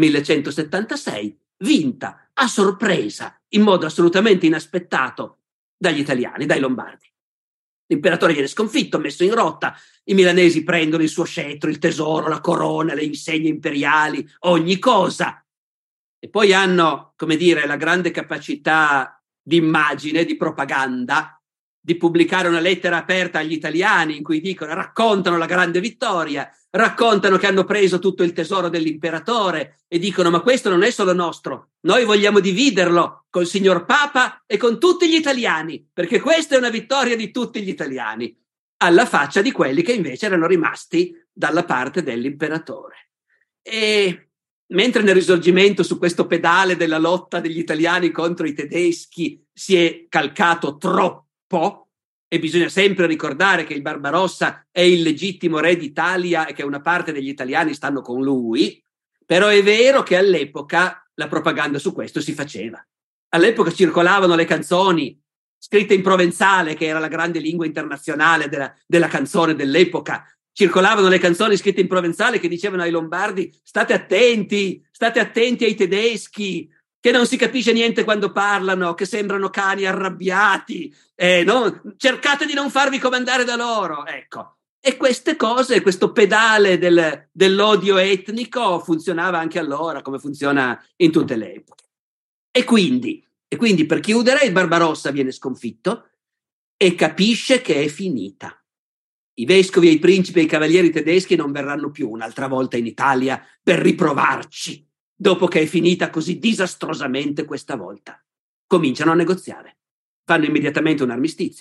S3: 1176, vinta a sorpresa, in modo assolutamente inaspettato dagli italiani, dai lombardi. L'imperatore viene sconfitto, messo in rotta, i milanesi prendono il suo scettro, il tesoro, la corona, le insegne imperiali, ogni cosa. E poi hanno, come dire, la grande capacità di immagine, di propaganda, di pubblicare una lettera aperta agli italiani in cui dicono, raccontano la grande vittoria, raccontano che hanno preso tutto il tesoro dell'imperatore e dicono, ma questo non è solo nostro, noi vogliamo dividerlo col signor Papa e con tutti gli italiani, perché questa è una vittoria di tutti gli italiani, alla faccia di quelli che invece erano rimasti dalla parte dell'imperatore. E mentre nel Risorgimento su questo pedale della lotta degli italiani contro i tedeschi si è calcato troppo, e bisogna sempre ricordare che il Barbarossa è il legittimo re d'Italia e che una parte degli italiani stanno con lui, però è vero che all'epoca la propaganda su questo si faceva. All'epoca circolavano le canzoni scritte in provenzale, che era la grande lingua internazionale della canzone dell'epoca. Circolavano le canzoni scritte in provenzale che dicevano ai lombardi, state attenti ai tedeschi, che non si capisce niente quando parlano, che sembrano cani arrabbiati, no? Cercate di non farvi comandare da loro, ecco. E queste cose, questo pedale dell'odio etnico funzionava anche allora, come funziona in tutte le epoche. E quindi per chiudere, il Barbarossa viene sconfitto e capisce che è finita. I vescovi, i principi e i cavalieri tedeschi non verranno più un'altra volta in Italia per riprovarci, dopo che è finita così disastrosamente questa volta. Cominciano a negoziare. Fanno immediatamente un armistizio.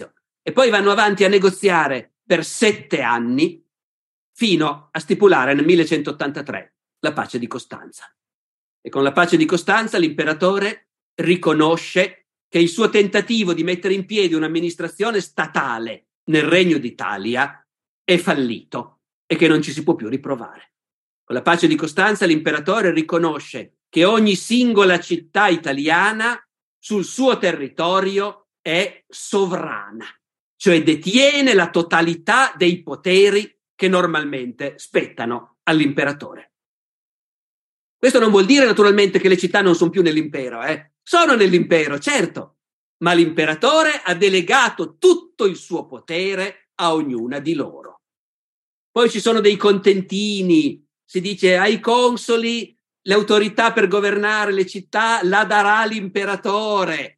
S3: e poi vanno avanti a negoziare per 7 anni fino a stipulare nel 1183 la pace di Costanza. E con la pace di Costanza l'imperatore riconosce che il suo tentativo di mettere in piedi un'amministrazione statale nel Regno d'Italia è fallito e che non ci si può più riprovare. Con la pace di Costanza l'imperatore riconosce che ogni singola città italiana sul suo territorio è sovrana, cioè detiene la totalità dei poteri che normalmente spettano all'imperatore. Questo non vuol dire naturalmente che le città non sono più nell'impero, sono nell'impero, certo, ma l'imperatore ha delegato tutto il suo potere a ognuna di loro. Poi ci sono dei contentini, si dice ai consoli l'autorità per governare le città la darà l'imperatore,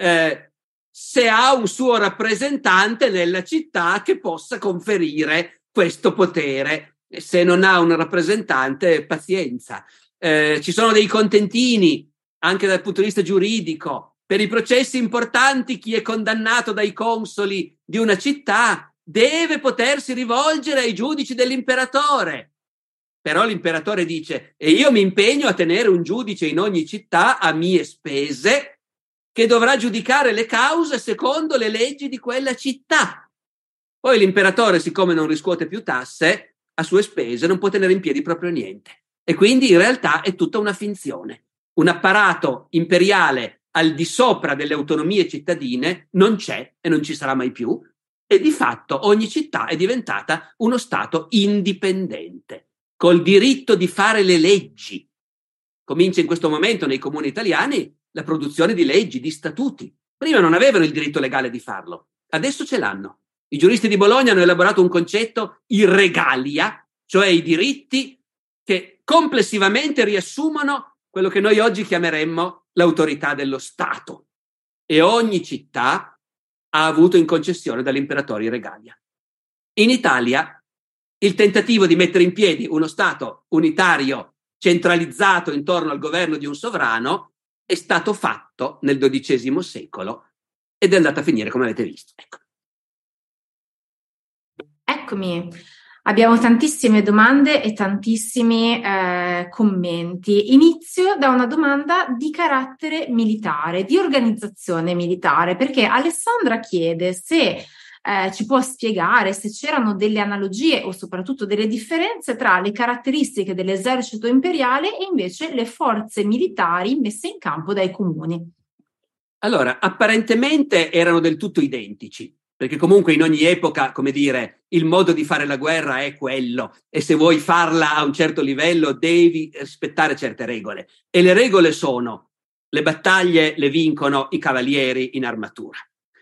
S3: se ha un suo rappresentante nella città che possa conferire questo potere. Se non ha un rappresentante, pazienza. Ci sono dei contentini anche dal punto di vista giuridico. Per i processi importanti, chi è condannato dai consoli di una città deve potersi rivolgere ai giudici dell'imperatore. Però l'imperatore dice: e io mi impegno a tenere un giudice in ogni città a mie spese, che dovrà giudicare le cause secondo le leggi di quella città. Poi l'imperatore, siccome non riscuote più tasse, a sue spese non può tenere in piedi proprio niente. E quindi in realtà è tutta una finzione. Un apparato imperiale al di sopra delle autonomie cittadine non c'è e non ci sarà mai più, e di fatto ogni città è diventata uno stato indipendente, col diritto di fare le leggi. Comincia in questo momento nei comuni italiani la produzione di leggi, di statuti. Prima non avevano il diritto legale di farlo, adesso ce l'hanno. I giuristi di Bologna hanno elaborato un concetto, i regalia, cioè i diritti che complessivamente riassumono quello che noi oggi chiameremmo l'autorità dello Stato. E ogni città ha avuto in concessione dall'imperatore i regalia. In Italia il tentativo di mettere in piedi uno Stato unitario centralizzato intorno al governo di un sovrano è stato fatto nel XII secolo ed è andato a finire come avete visto.
S2: Eccomi, abbiamo tantissime domande e tantissimi commenti. Inizio da una domanda di carattere militare, di organizzazione militare, perché Alessandra chiede se ci può spiegare se c'erano delle analogie o soprattutto delle differenze tra le caratteristiche dell'esercito imperiale e invece le forze militari messe in campo dai comuni.
S3: Allora, apparentemente erano del tutto identici, perché comunque in ogni epoca, come dire, il modo di fare la guerra è quello, e se vuoi farla a un certo livello devi rispettare certe regole. E le regole sono: le battaglie le vincono i cavalieri in armatura.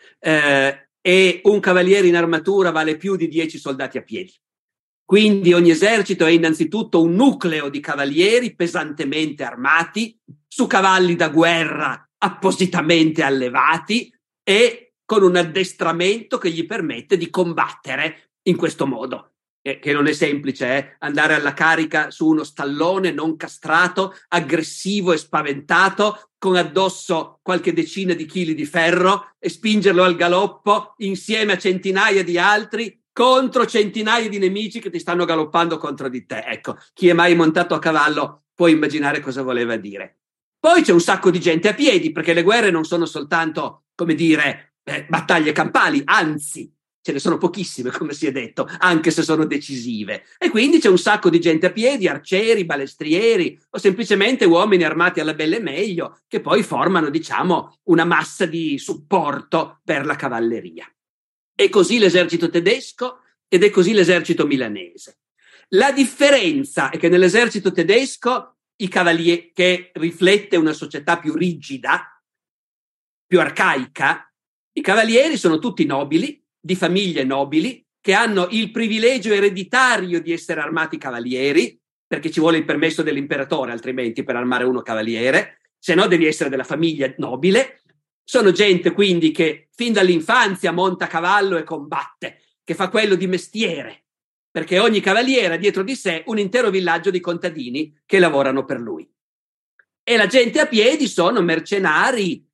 S3: E un cavaliere in armatura vale più di 10 soldati a piedi. Quindi ogni esercito è innanzitutto un nucleo di cavalieri pesantemente armati, su cavalli da guerra appositamente allevati e con un addestramento che gli permette di combattere in questo modo. Che non è semplice, andare alla carica su uno stallone non castrato, aggressivo e spaventato, con addosso qualche decina di chili di ferro e spingerlo al galoppo insieme a centinaia di altri contro centinaia di nemici che ti stanno galoppando contro di te. Ecco, chi è mai montato a cavallo può immaginare cosa voleva dire. Poi c'è un sacco di gente a piedi, perché le guerre non sono soltanto, come dire, battaglie campali, anzi ce ne sono pochissime, come si è detto, anche se sono decisive. E quindi c'è un sacco di gente a piedi, arcieri, balestrieri o semplicemente uomini armati alla belle e meglio, che poi formano, diciamo, una massa di supporto per la cavalleria. È così l'esercito tedesco ed è così l'esercito milanese. La differenza è che nell'esercito tedesco i cavalieri, che riflette una società più rigida, più arcaica, i cavalieri sono tutti nobili, di famiglie nobili, che hanno il privilegio ereditario di essere armati cavalieri, perché ci vuole il permesso dell'imperatore altrimenti per armare uno cavaliere, se no devi essere della famiglia nobile. Sono gente quindi che fin dall'infanzia monta a cavallo e combatte, che fa quello di mestiere, perché ogni cavaliere ha dietro di sé un intero villaggio di contadini che lavorano per lui. E la gente a piedi sono mercenari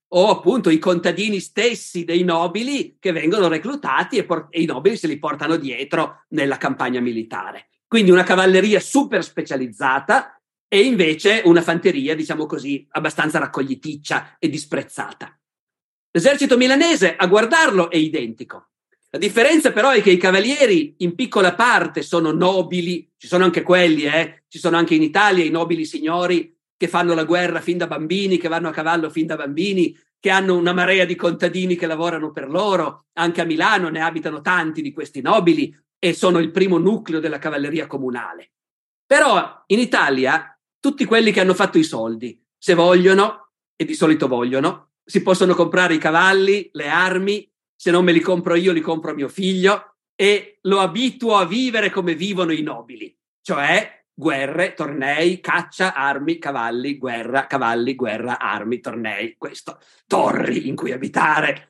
S3: o appunto i contadini stessi dei nobili che vengono reclutati e i nobili se li portano dietro nella campagna militare. Quindi una cavalleria super specializzata e invece una fanteria, diciamo così, abbastanza raccogliticcia e disprezzata. L'esercito milanese, a guardarlo, è identico. La differenza però è che i cavalieri in piccola parte sono nobili, ci sono anche quelli, ci sono anche in Italia i nobili signori che fanno la guerra fin da bambini, che vanno a cavallo fin da bambini, che hanno una marea di contadini che lavorano per loro. Anche a Milano ne abitano tanti di questi nobili e sono il primo nucleo della cavalleria comunale. Però in Italia tutti quelli che hanno fatto i soldi, se vogliono, e di solito vogliono, si possono comprare i cavalli, le armi. Se non me li compro io, li compro a mio figlio e lo abituo a vivere come vivono i nobili, cioè guerre, tornei, caccia, armi, cavalli, guerra, armi, tornei, questo, torri in cui abitare.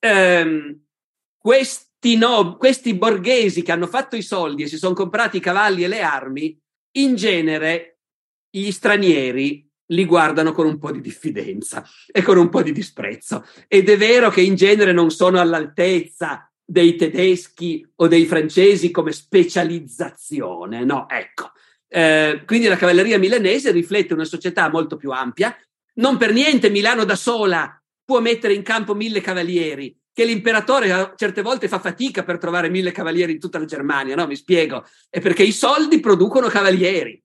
S3: Questi borghesi che hanno fatto i soldi e si sono comprati i cavalli e le armi, in genere gli stranieri li guardano con un po' di diffidenza e con un po' di disprezzo. Ed è vero che in genere non sono all'altezza dei tedeschi o dei francesi come specializzazione, no, ecco. Quindi la cavalleria milanese riflette una società molto più ampia. Non per niente Milano da sola può mettere in campo 1000 cavalieri, che l'imperatore certe volte fa fatica per trovare 1000 cavalieri in tutta la Germania, no? Mi spiego. È perché i soldi producono cavalieri.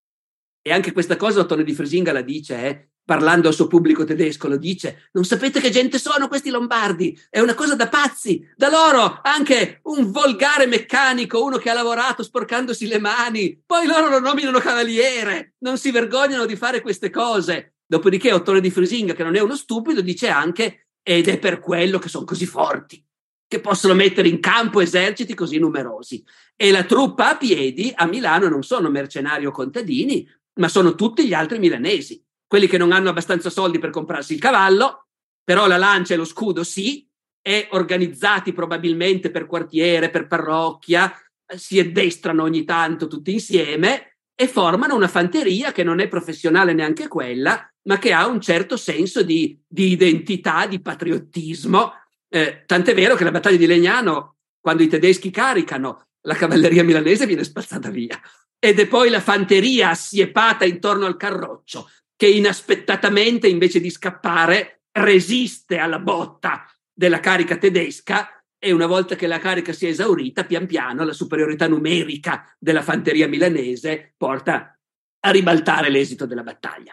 S3: E anche questa cosa Ottone di Frisinga la dice, parlando al suo pubblico tedesco, lo dice: non sapete che gente sono questi lombardi, è una cosa da pazzi, da loro anche un volgare meccanico, uno che ha lavorato sporcandosi le mani, poi loro lo nominano cavaliere, non si vergognano di fare queste cose. Dopodiché Ottone di Frisinga, che non è uno stupido, dice anche: ed è per quello che sono così forti, che possono mettere in campo eserciti così numerosi. E la truppa a piedi a Milano non sono mercenari o contadini, ma sono tutti gli altri milanesi, quelli che non hanno abbastanza soldi per comprarsi il cavallo, però la lancia e lo scudo sì, e organizzati probabilmente per quartiere, per parrocchia, si addestrano ogni tanto tutti insieme e formano una fanteria che non è professionale neanche quella, ma che ha un certo senso di identità, di patriottismo. Tant'è vero che la battaglia di Legnano, quando i tedeschi caricano, la cavalleria milanese viene spazzata via. Ed è poi la fanteria assiepata intorno al carroccio che inaspettatamente, invece di scappare, resiste alla botta della carica tedesca e una volta che la carica si è esaurita, pian piano la superiorità numerica della fanteria milanese porta a ribaltare l'esito della battaglia.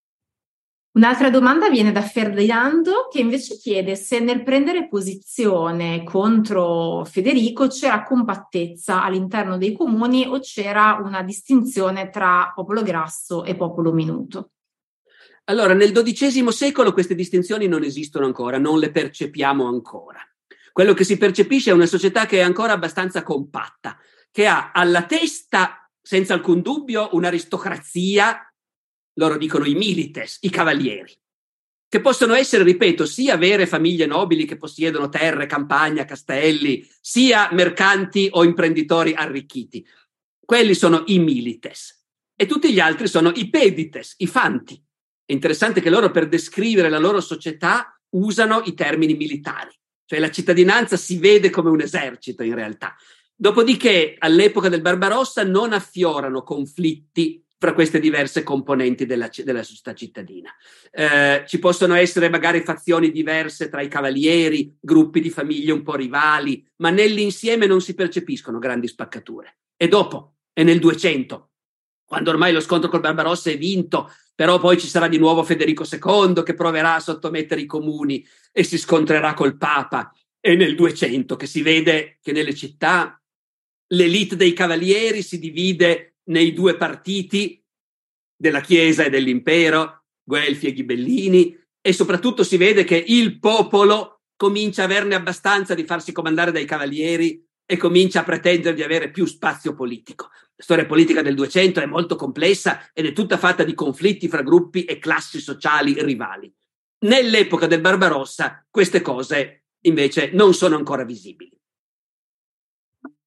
S2: Un'altra domanda viene da Ferdinando, che invece chiede se nel prendere posizione contro Federico c'era compattezza all'interno dei comuni o c'era una distinzione tra popolo grasso e popolo minuto.
S3: Allora, nel XII secolo queste distinzioni non esistono ancora, non le percepiamo ancora. Quello che si percepisce è una società che è ancora abbastanza compatta, che ha alla testa, senza alcun dubbio, un'aristocrazia. Loro dicono i milites, i cavalieri, che possono essere, ripeto, sia vere famiglie nobili che possiedono terre, campagna, castelli, sia mercanti o imprenditori arricchiti. Quelli sono i milites. E tutti gli altri sono i pedites, i fanti. È interessante che loro, per descrivere la loro società, usano i termini militari. Cioè la cittadinanza si vede come un esercito in realtà. Dopodiché, all'epoca del Barbarossa, non affiorano conflitti fra queste diverse componenti della società cittadina. Ci possono essere magari fazioni diverse tra i cavalieri, gruppi di famiglie un po' rivali, ma nell'insieme non si percepiscono grandi spaccature. E dopo, è nel 200, quando ormai lo scontro col Barbarossa è vinto, però poi ci sarà di nuovo Federico II che proverà a sottomettere i comuni e si scontrerà col Papa. È nel 200 che si vede che nelle città l'elite dei cavalieri si divide nei due partiti della Chiesa e dell'Impero, Guelfi e Ghibellini, e soprattutto si vede che il popolo comincia a averne abbastanza di farsi comandare dai cavalieri e comincia a pretendere di avere più spazio politico. La storia politica del 200 è molto complessa ed è tutta fatta di conflitti fra gruppi e classi sociali rivali. Nell'epoca del Barbarossa queste cose invece non sono ancora visibili.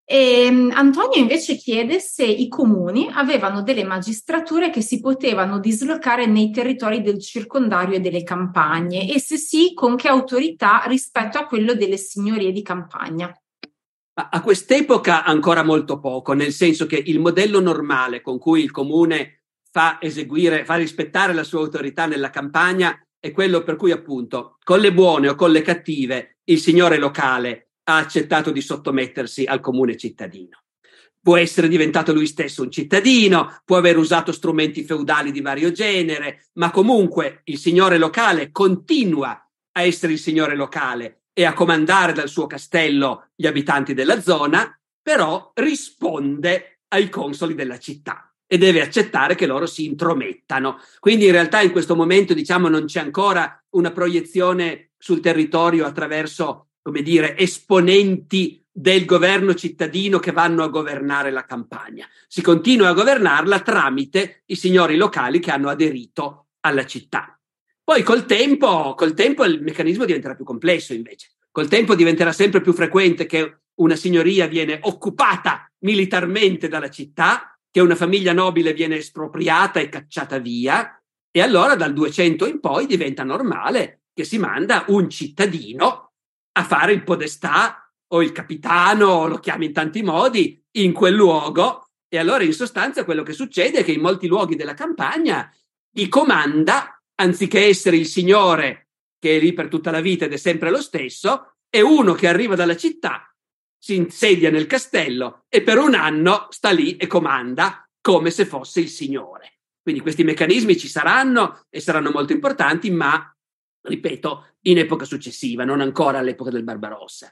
S2: E Antonio invece chiede se i comuni avevano delle magistrature che si potevano dislocare nei territori del circondario e delle campagne, e se sì, con che autorità rispetto a quello delle signorie di campagna.
S3: A quest'epoca ancora molto poco, nel senso che il modello normale con cui il comune fa rispettare la sua autorità nella campagna è quello per cui, appunto, con le buone o con le cattive, il signore locale ha accettato di sottomettersi al comune cittadino. Può essere diventato lui stesso un cittadino, può aver usato strumenti feudali di vario genere, ma comunque il signore locale continua a essere il signore locale e a comandare dal suo castello gli abitanti della zona, però risponde ai consoli della città e deve accettare che loro si intromettano. Quindi in realtà in questo momento, diciamo, non c'è ancora una proiezione sul territorio attraverso, come dire, esponenti del governo cittadino che vanno a governare la campagna. Si continua a governarla tramite i signori locali che hanno aderito alla città. Poi col tempo il meccanismo diventerà più complesso invece. Col tempo diventerà sempre più frequente che una signoria viene occupata militarmente dalla città, che una famiglia nobile viene espropriata e cacciata via, e allora dal 200 in poi diventa normale che si manda un cittadino a fare il podestà o il capitano, lo chiami in tanti modi, in quel luogo, e allora in sostanza quello che succede è che in molti luoghi della campagna chi comanda, anziché essere il signore che è lì per tutta la vita ed è sempre lo stesso, è uno che arriva dalla città, si insedia nel castello e per un anno sta lì e comanda come se fosse il signore. Quindi questi meccanismi ci saranno e saranno molto importanti, ma, ripeto, in epoca successiva, non ancora all'epoca del Barbarossa.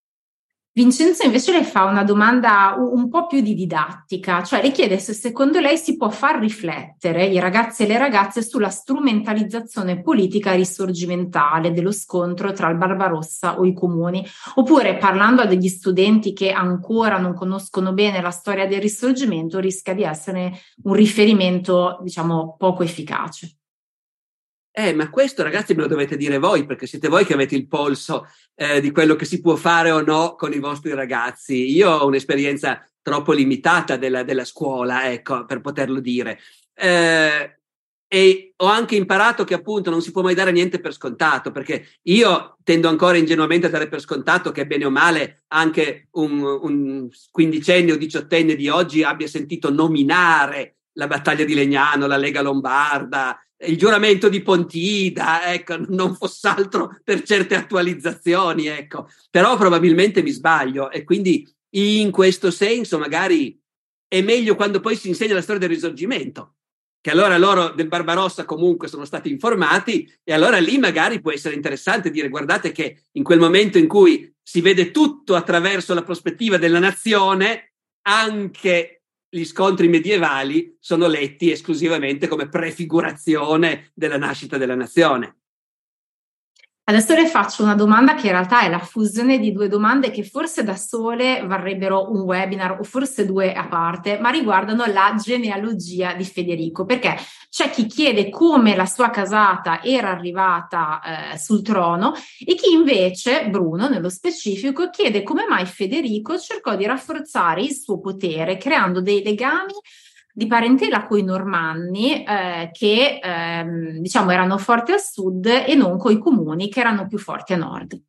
S2: Vincenzo invece le fa una domanda un po' più di didattica, cioè le chiede se secondo lei si può far riflettere i ragazzi e le ragazze sulla strumentalizzazione politica risorgimentale dello scontro tra il Barbarossa o i comuni, oppure, parlando a degli studenti che ancora non conoscono bene la storia del Risorgimento, rischia di essere un riferimento, diciamo, poco efficace.
S3: Ma questo, ragazzi, me lo dovete dire voi, perché siete voi che avete il polso di quello che si può fare o no con i vostri ragazzi. Io ho un'esperienza troppo limitata della scuola, ecco, per poterlo dire. E ho anche imparato che appunto non si può mai dare niente per scontato, perché io tendo ancora ingenuamente a dare per scontato che bene o male anche un quindicenne o diciottenne di oggi abbia sentito nominare la battaglia di Legnano, la Lega Lombarda, il giuramento di Pontida, ecco, non fosse altro per certe attualizzazioni, ecco. Però probabilmente mi sbaglio e quindi in questo senso magari è meglio quando poi si insegna la storia del Risorgimento, che allora loro del Barbarossa comunque sono stati informati e allora lì magari può essere interessante dire: guardate che in quel momento in cui si vede tutto attraverso la prospettiva della nazione, anche gli scontri medievali sono letti esclusivamente come prefigurazione della nascita della nazione.
S2: Adesso le faccio una domanda che in realtà è la fusione di due domande che forse da sole varrebbero un webinar o forse due a parte, ma riguardano la genealogia di Federico, perché c'è chi chiede come la sua casata era arrivata sul trono e chi invece, Bruno nello specifico, chiede come mai Federico cercò di rafforzare il suo potere creando dei legami di parentela coi Normanni che diciamo erano forti al sud e non coi comuni che erano più forti a nord.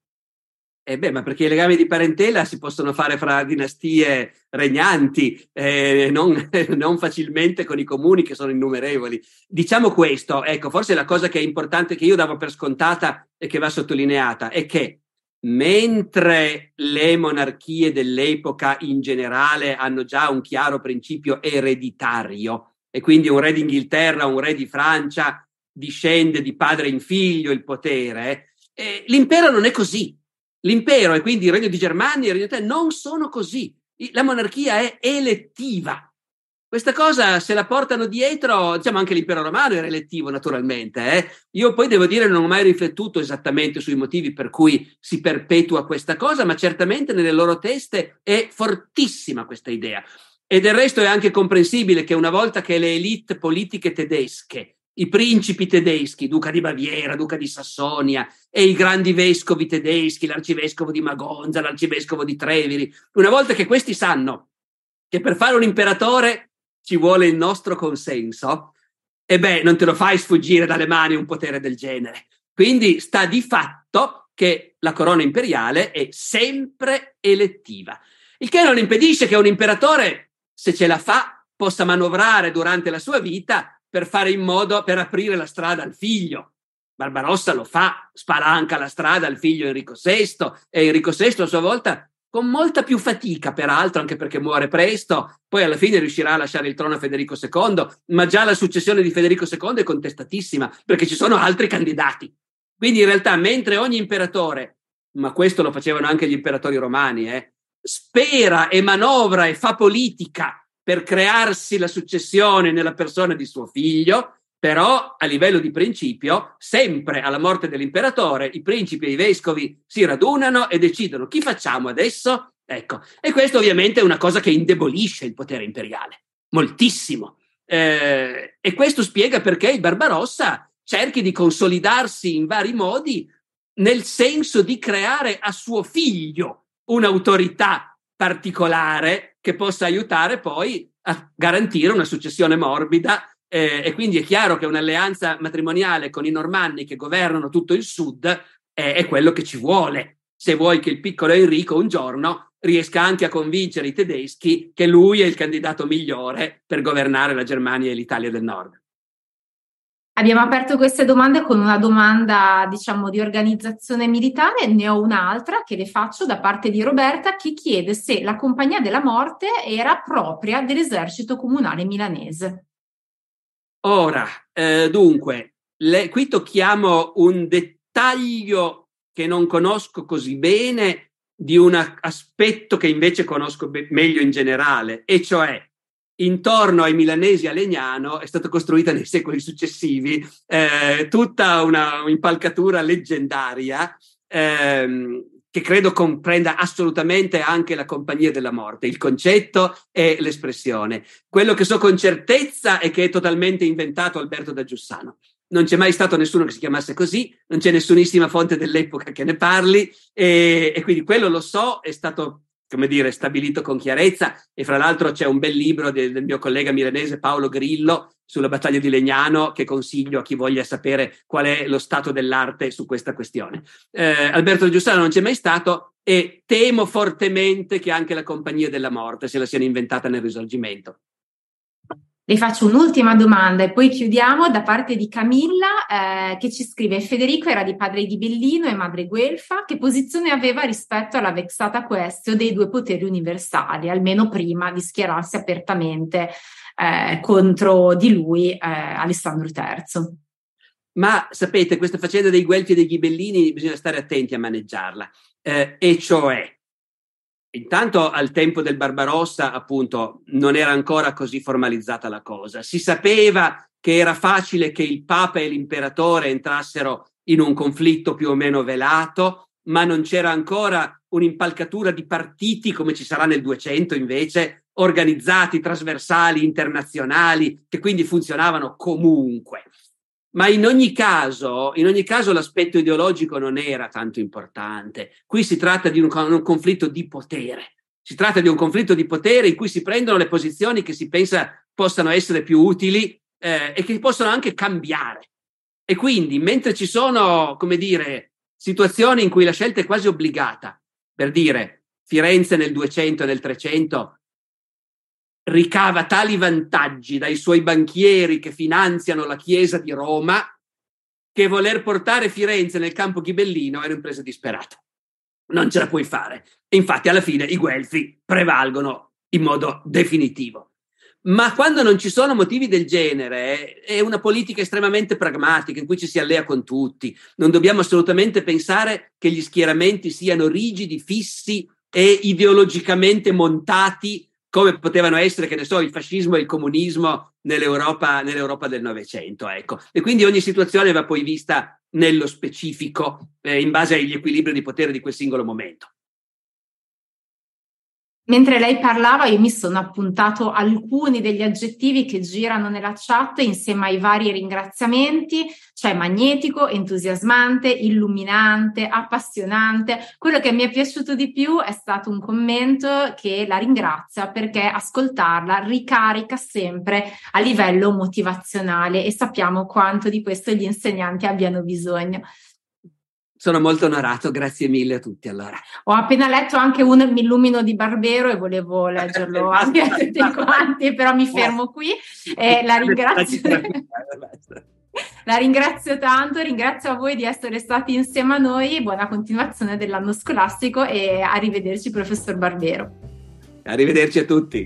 S3: Ma perché i legami di parentela si possono fare fra dinastie regnanti, non facilmente con i comuni che sono innumerevoli. Diciamo questo, ecco, forse la cosa che è importante, che io davo per scontata e che va sottolineata, è che mentre le monarchie dell'epoca in generale hanno già un chiaro principio ereditario e quindi un re d'Inghilterra, un re di Francia discende di padre in figlio il potere, l'impero non è così. L'impero e quindi il regno di Germania e il regno di Italia non sono così. La monarchia è elettiva. Questa cosa se la portano dietro, diciamo anche l'impero romano era elettivo naturalmente. Io poi devo dire non ho mai riflettuto esattamente sui motivi per cui si perpetua questa cosa, ma certamente nelle loro teste è fortissima questa idea. E del resto è anche comprensibile che una volta che le elite politiche tedesche i principi tedeschi, duca di Baviera, duca di Sassonia, e i grandi vescovi tedeschi, l'arcivescovo di Magonza, l'arcivescovo di Treviri, una volta che questi sanno che per fare un imperatore ci vuole il nostro consenso, e beh, non te lo fai sfuggire dalle mani un potere del genere. Quindi sta di fatto che la corona imperiale è sempre elettiva, il che non impedisce che un imperatore, se ce la fa, possa manovrare durante la sua vita per fare in modo, per aprire la strada al figlio. Barbarossa lo fa, spalanca la strada al figlio Enrico VI, e Enrico VI a sua volta, con molta più fatica peraltro, anche perché muore presto, poi alla fine riuscirà a lasciare il trono a Federico II, ma già la successione di Federico II è contestatissima, perché ci sono altri candidati. Quindi in realtà, mentre ogni imperatore, ma questo lo facevano anche gli imperatori romani, spera e manovra e fa politica per crearsi la successione nella persona di suo figlio, però a livello di principio, sempre alla morte dell'imperatore, i principi e i vescovi si radunano e decidono chi facciamo adesso. Ecco, e questo ovviamente è una cosa che indebolisce il potere imperiale, moltissimo. E questo spiega perché il Barbarossa cerchi di consolidarsi in vari modi nel senso di creare a suo figlio un'autorità particolare che possa aiutare poi a garantire una successione morbida, e quindi è chiaro che un'alleanza matrimoniale con i Normanni che governano tutto il sud è quello che ci vuole, se vuoi che il piccolo Enrico un giorno riesca anche a convincere i tedeschi che lui è il candidato migliore per governare la Germania e l'Italia del Nord.
S2: Abbiamo aperto queste domande con una domanda, diciamo, di organizzazione militare. Ne ho un'altra che le faccio da parte di Roberta, che chiede se la Compagnia della Morte era propria dell'esercito comunale milanese.
S3: Ora, dunque, qui tocchiamo un dettaglio che non conosco così bene di un aspetto che invece conosco meglio in generale, e cioè intorno ai milanesi a Legnano è stata costruita nei secoli successivi tutta una impalcatura leggendaria che credo comprenda assolutamente anche la Compagnia della Morte, il concetto e l'espressione. Quello che so con certezza è che è totalmente inventato Alberto da Giussano. Non c'è mai stato nessuno che si chiamasse così, non c'è nessunissima fonte dell'epoca che ne parli, e quindi quello lo so, è stato, come dire, stabilito con chiarezza, e fra l'altro c'è un bel libro del mio collega milanese Paolo Grillo sulla battaglia di Legnano che consiglio a chi voglia sapere qual è lo stato dell'arte su questa questione. Alberto Giussano non c'è mai stato, e temo fortemente che anche la Compagnia della Morte se la siano inventata nel Risorgimento.
S2: Le faccio un'ultima domanda e poi chiudiamo, da parte di Camilla, che ci scrive: Federico era di padre ghibellino e madre guelfa, che posizione aveva rispetto alla vexata questio dei due poteri universali, almeno prima di schierarsi apertamente contro di lui Alessandro III?
S3: Ma sapete, questa faccenda dei guelfi e dei ghibellini bisogna stare attenti a maneggiarla, e cioè, intanto al tempo del Barbarossa, appunto, non era ancora così formalizzata la cosa. Si sapeva che era facile che il Papa e l'imperatore entrassero in un conflitto più o meno velato, ma non c'era ancora un'impalcatura di partiti come ci sarà nel 200 invece, organizzati, trasversali, internazionali, che quindi funzionavano comunque. Ma in ogni caso l'aspetto ideologico non era tanto importante. Qui si tratta di un conflitto di potere. Si tratta di un conflitto di potere in cui si prendono le posizioni che si pensa possano essere più utili e che possono anche cambiare. E quindi, mentre ci sono, come dire, situazioni in cui la scelta è quasi obbligata, per dire, Firenze nel 200 e nel 300 ricava tali vantaggi dai suoi banchieri che finanziano la Chiesa di Roma, che voler portare Firenze nel campo ghibellino era un'impresa disperata. Non ce la puoi fare. Infatti alla fine i guelfi prevalgono in modo definitivo. Ma quando non ci sono motivi del genere, è una politica estremamente pragmatica in cui ci si allea con tutti. Non dobbiamo assolutamente pensare che gli schieramenti siano rigidi, fissi e ideologicamente montati come potevano essere, che ne so, il fascismo e il comunismo nell'Europa del Novecento, ecco. E quindi ogni situazione va poi vista nello specifico, in base agli equilibri di potere di quel singolo momento.
S2: Mentre lei parlava, io mi sono appuntato alcuni degli aggettivi che girano nella chat insieme ai vari ringraziamenti, cioè magnetico, entusiasmante, illuminante, appassionante. Quello che mi è piaciuto di più è stato un commento che la ringrazia perché ascoltarla ricarica sempre a livello motivazionale e sappiamo quanto di questo gli insegnanti abbiano bisogno.
S3: Sono molto onorato, grazie mille a tutti. Allora,
S2: ho appena letto anche un Mi illumino di Barbero e volevo leggerlo anche a tutti quanti, però mi fermo qui. La ringrazio. La ringrazio tanto, ringrazio a voi di essere stati insieme a noi, buona continuazione dell'anno scolastico e arrivederci professor Barbero.
S3: Arrivederci a tutti.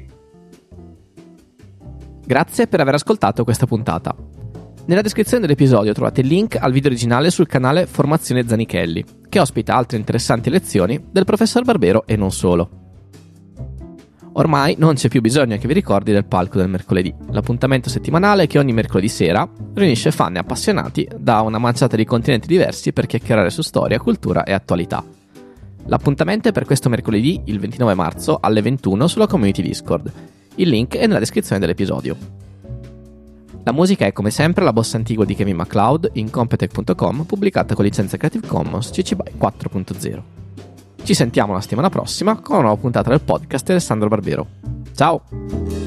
S1: Grazie per aver ascoltato questa puntata. Nella descrizione dell'episodio trovate il link al video originale sul canale Formazione Zanichelli, che ospita altre interessanti lezioni del professor Barbero e non solo. Ormai non c'è più bisogno che vi ricordi del palco del mercoledì, l'appuntamento settimanale che ogni mercoledì sera riunisce fan e appassionati da una manciata di continenti diversi per chiacchierare su storia, cultura e attualità. L'appuntamento è per questo mercoledì, il 29 marzo, alle 21 sulla community Discord. Il link è nella descrizione dell'episodio. La musica è come sempre la bossa antigua di Kevin MacLeod in Competech.com, pubblicata con licenza Creative Commons CC BY 4.0. Ci sentiamo la settimana prossima con una nuova puntata del podcast di Alessandro Barbero. Ciao!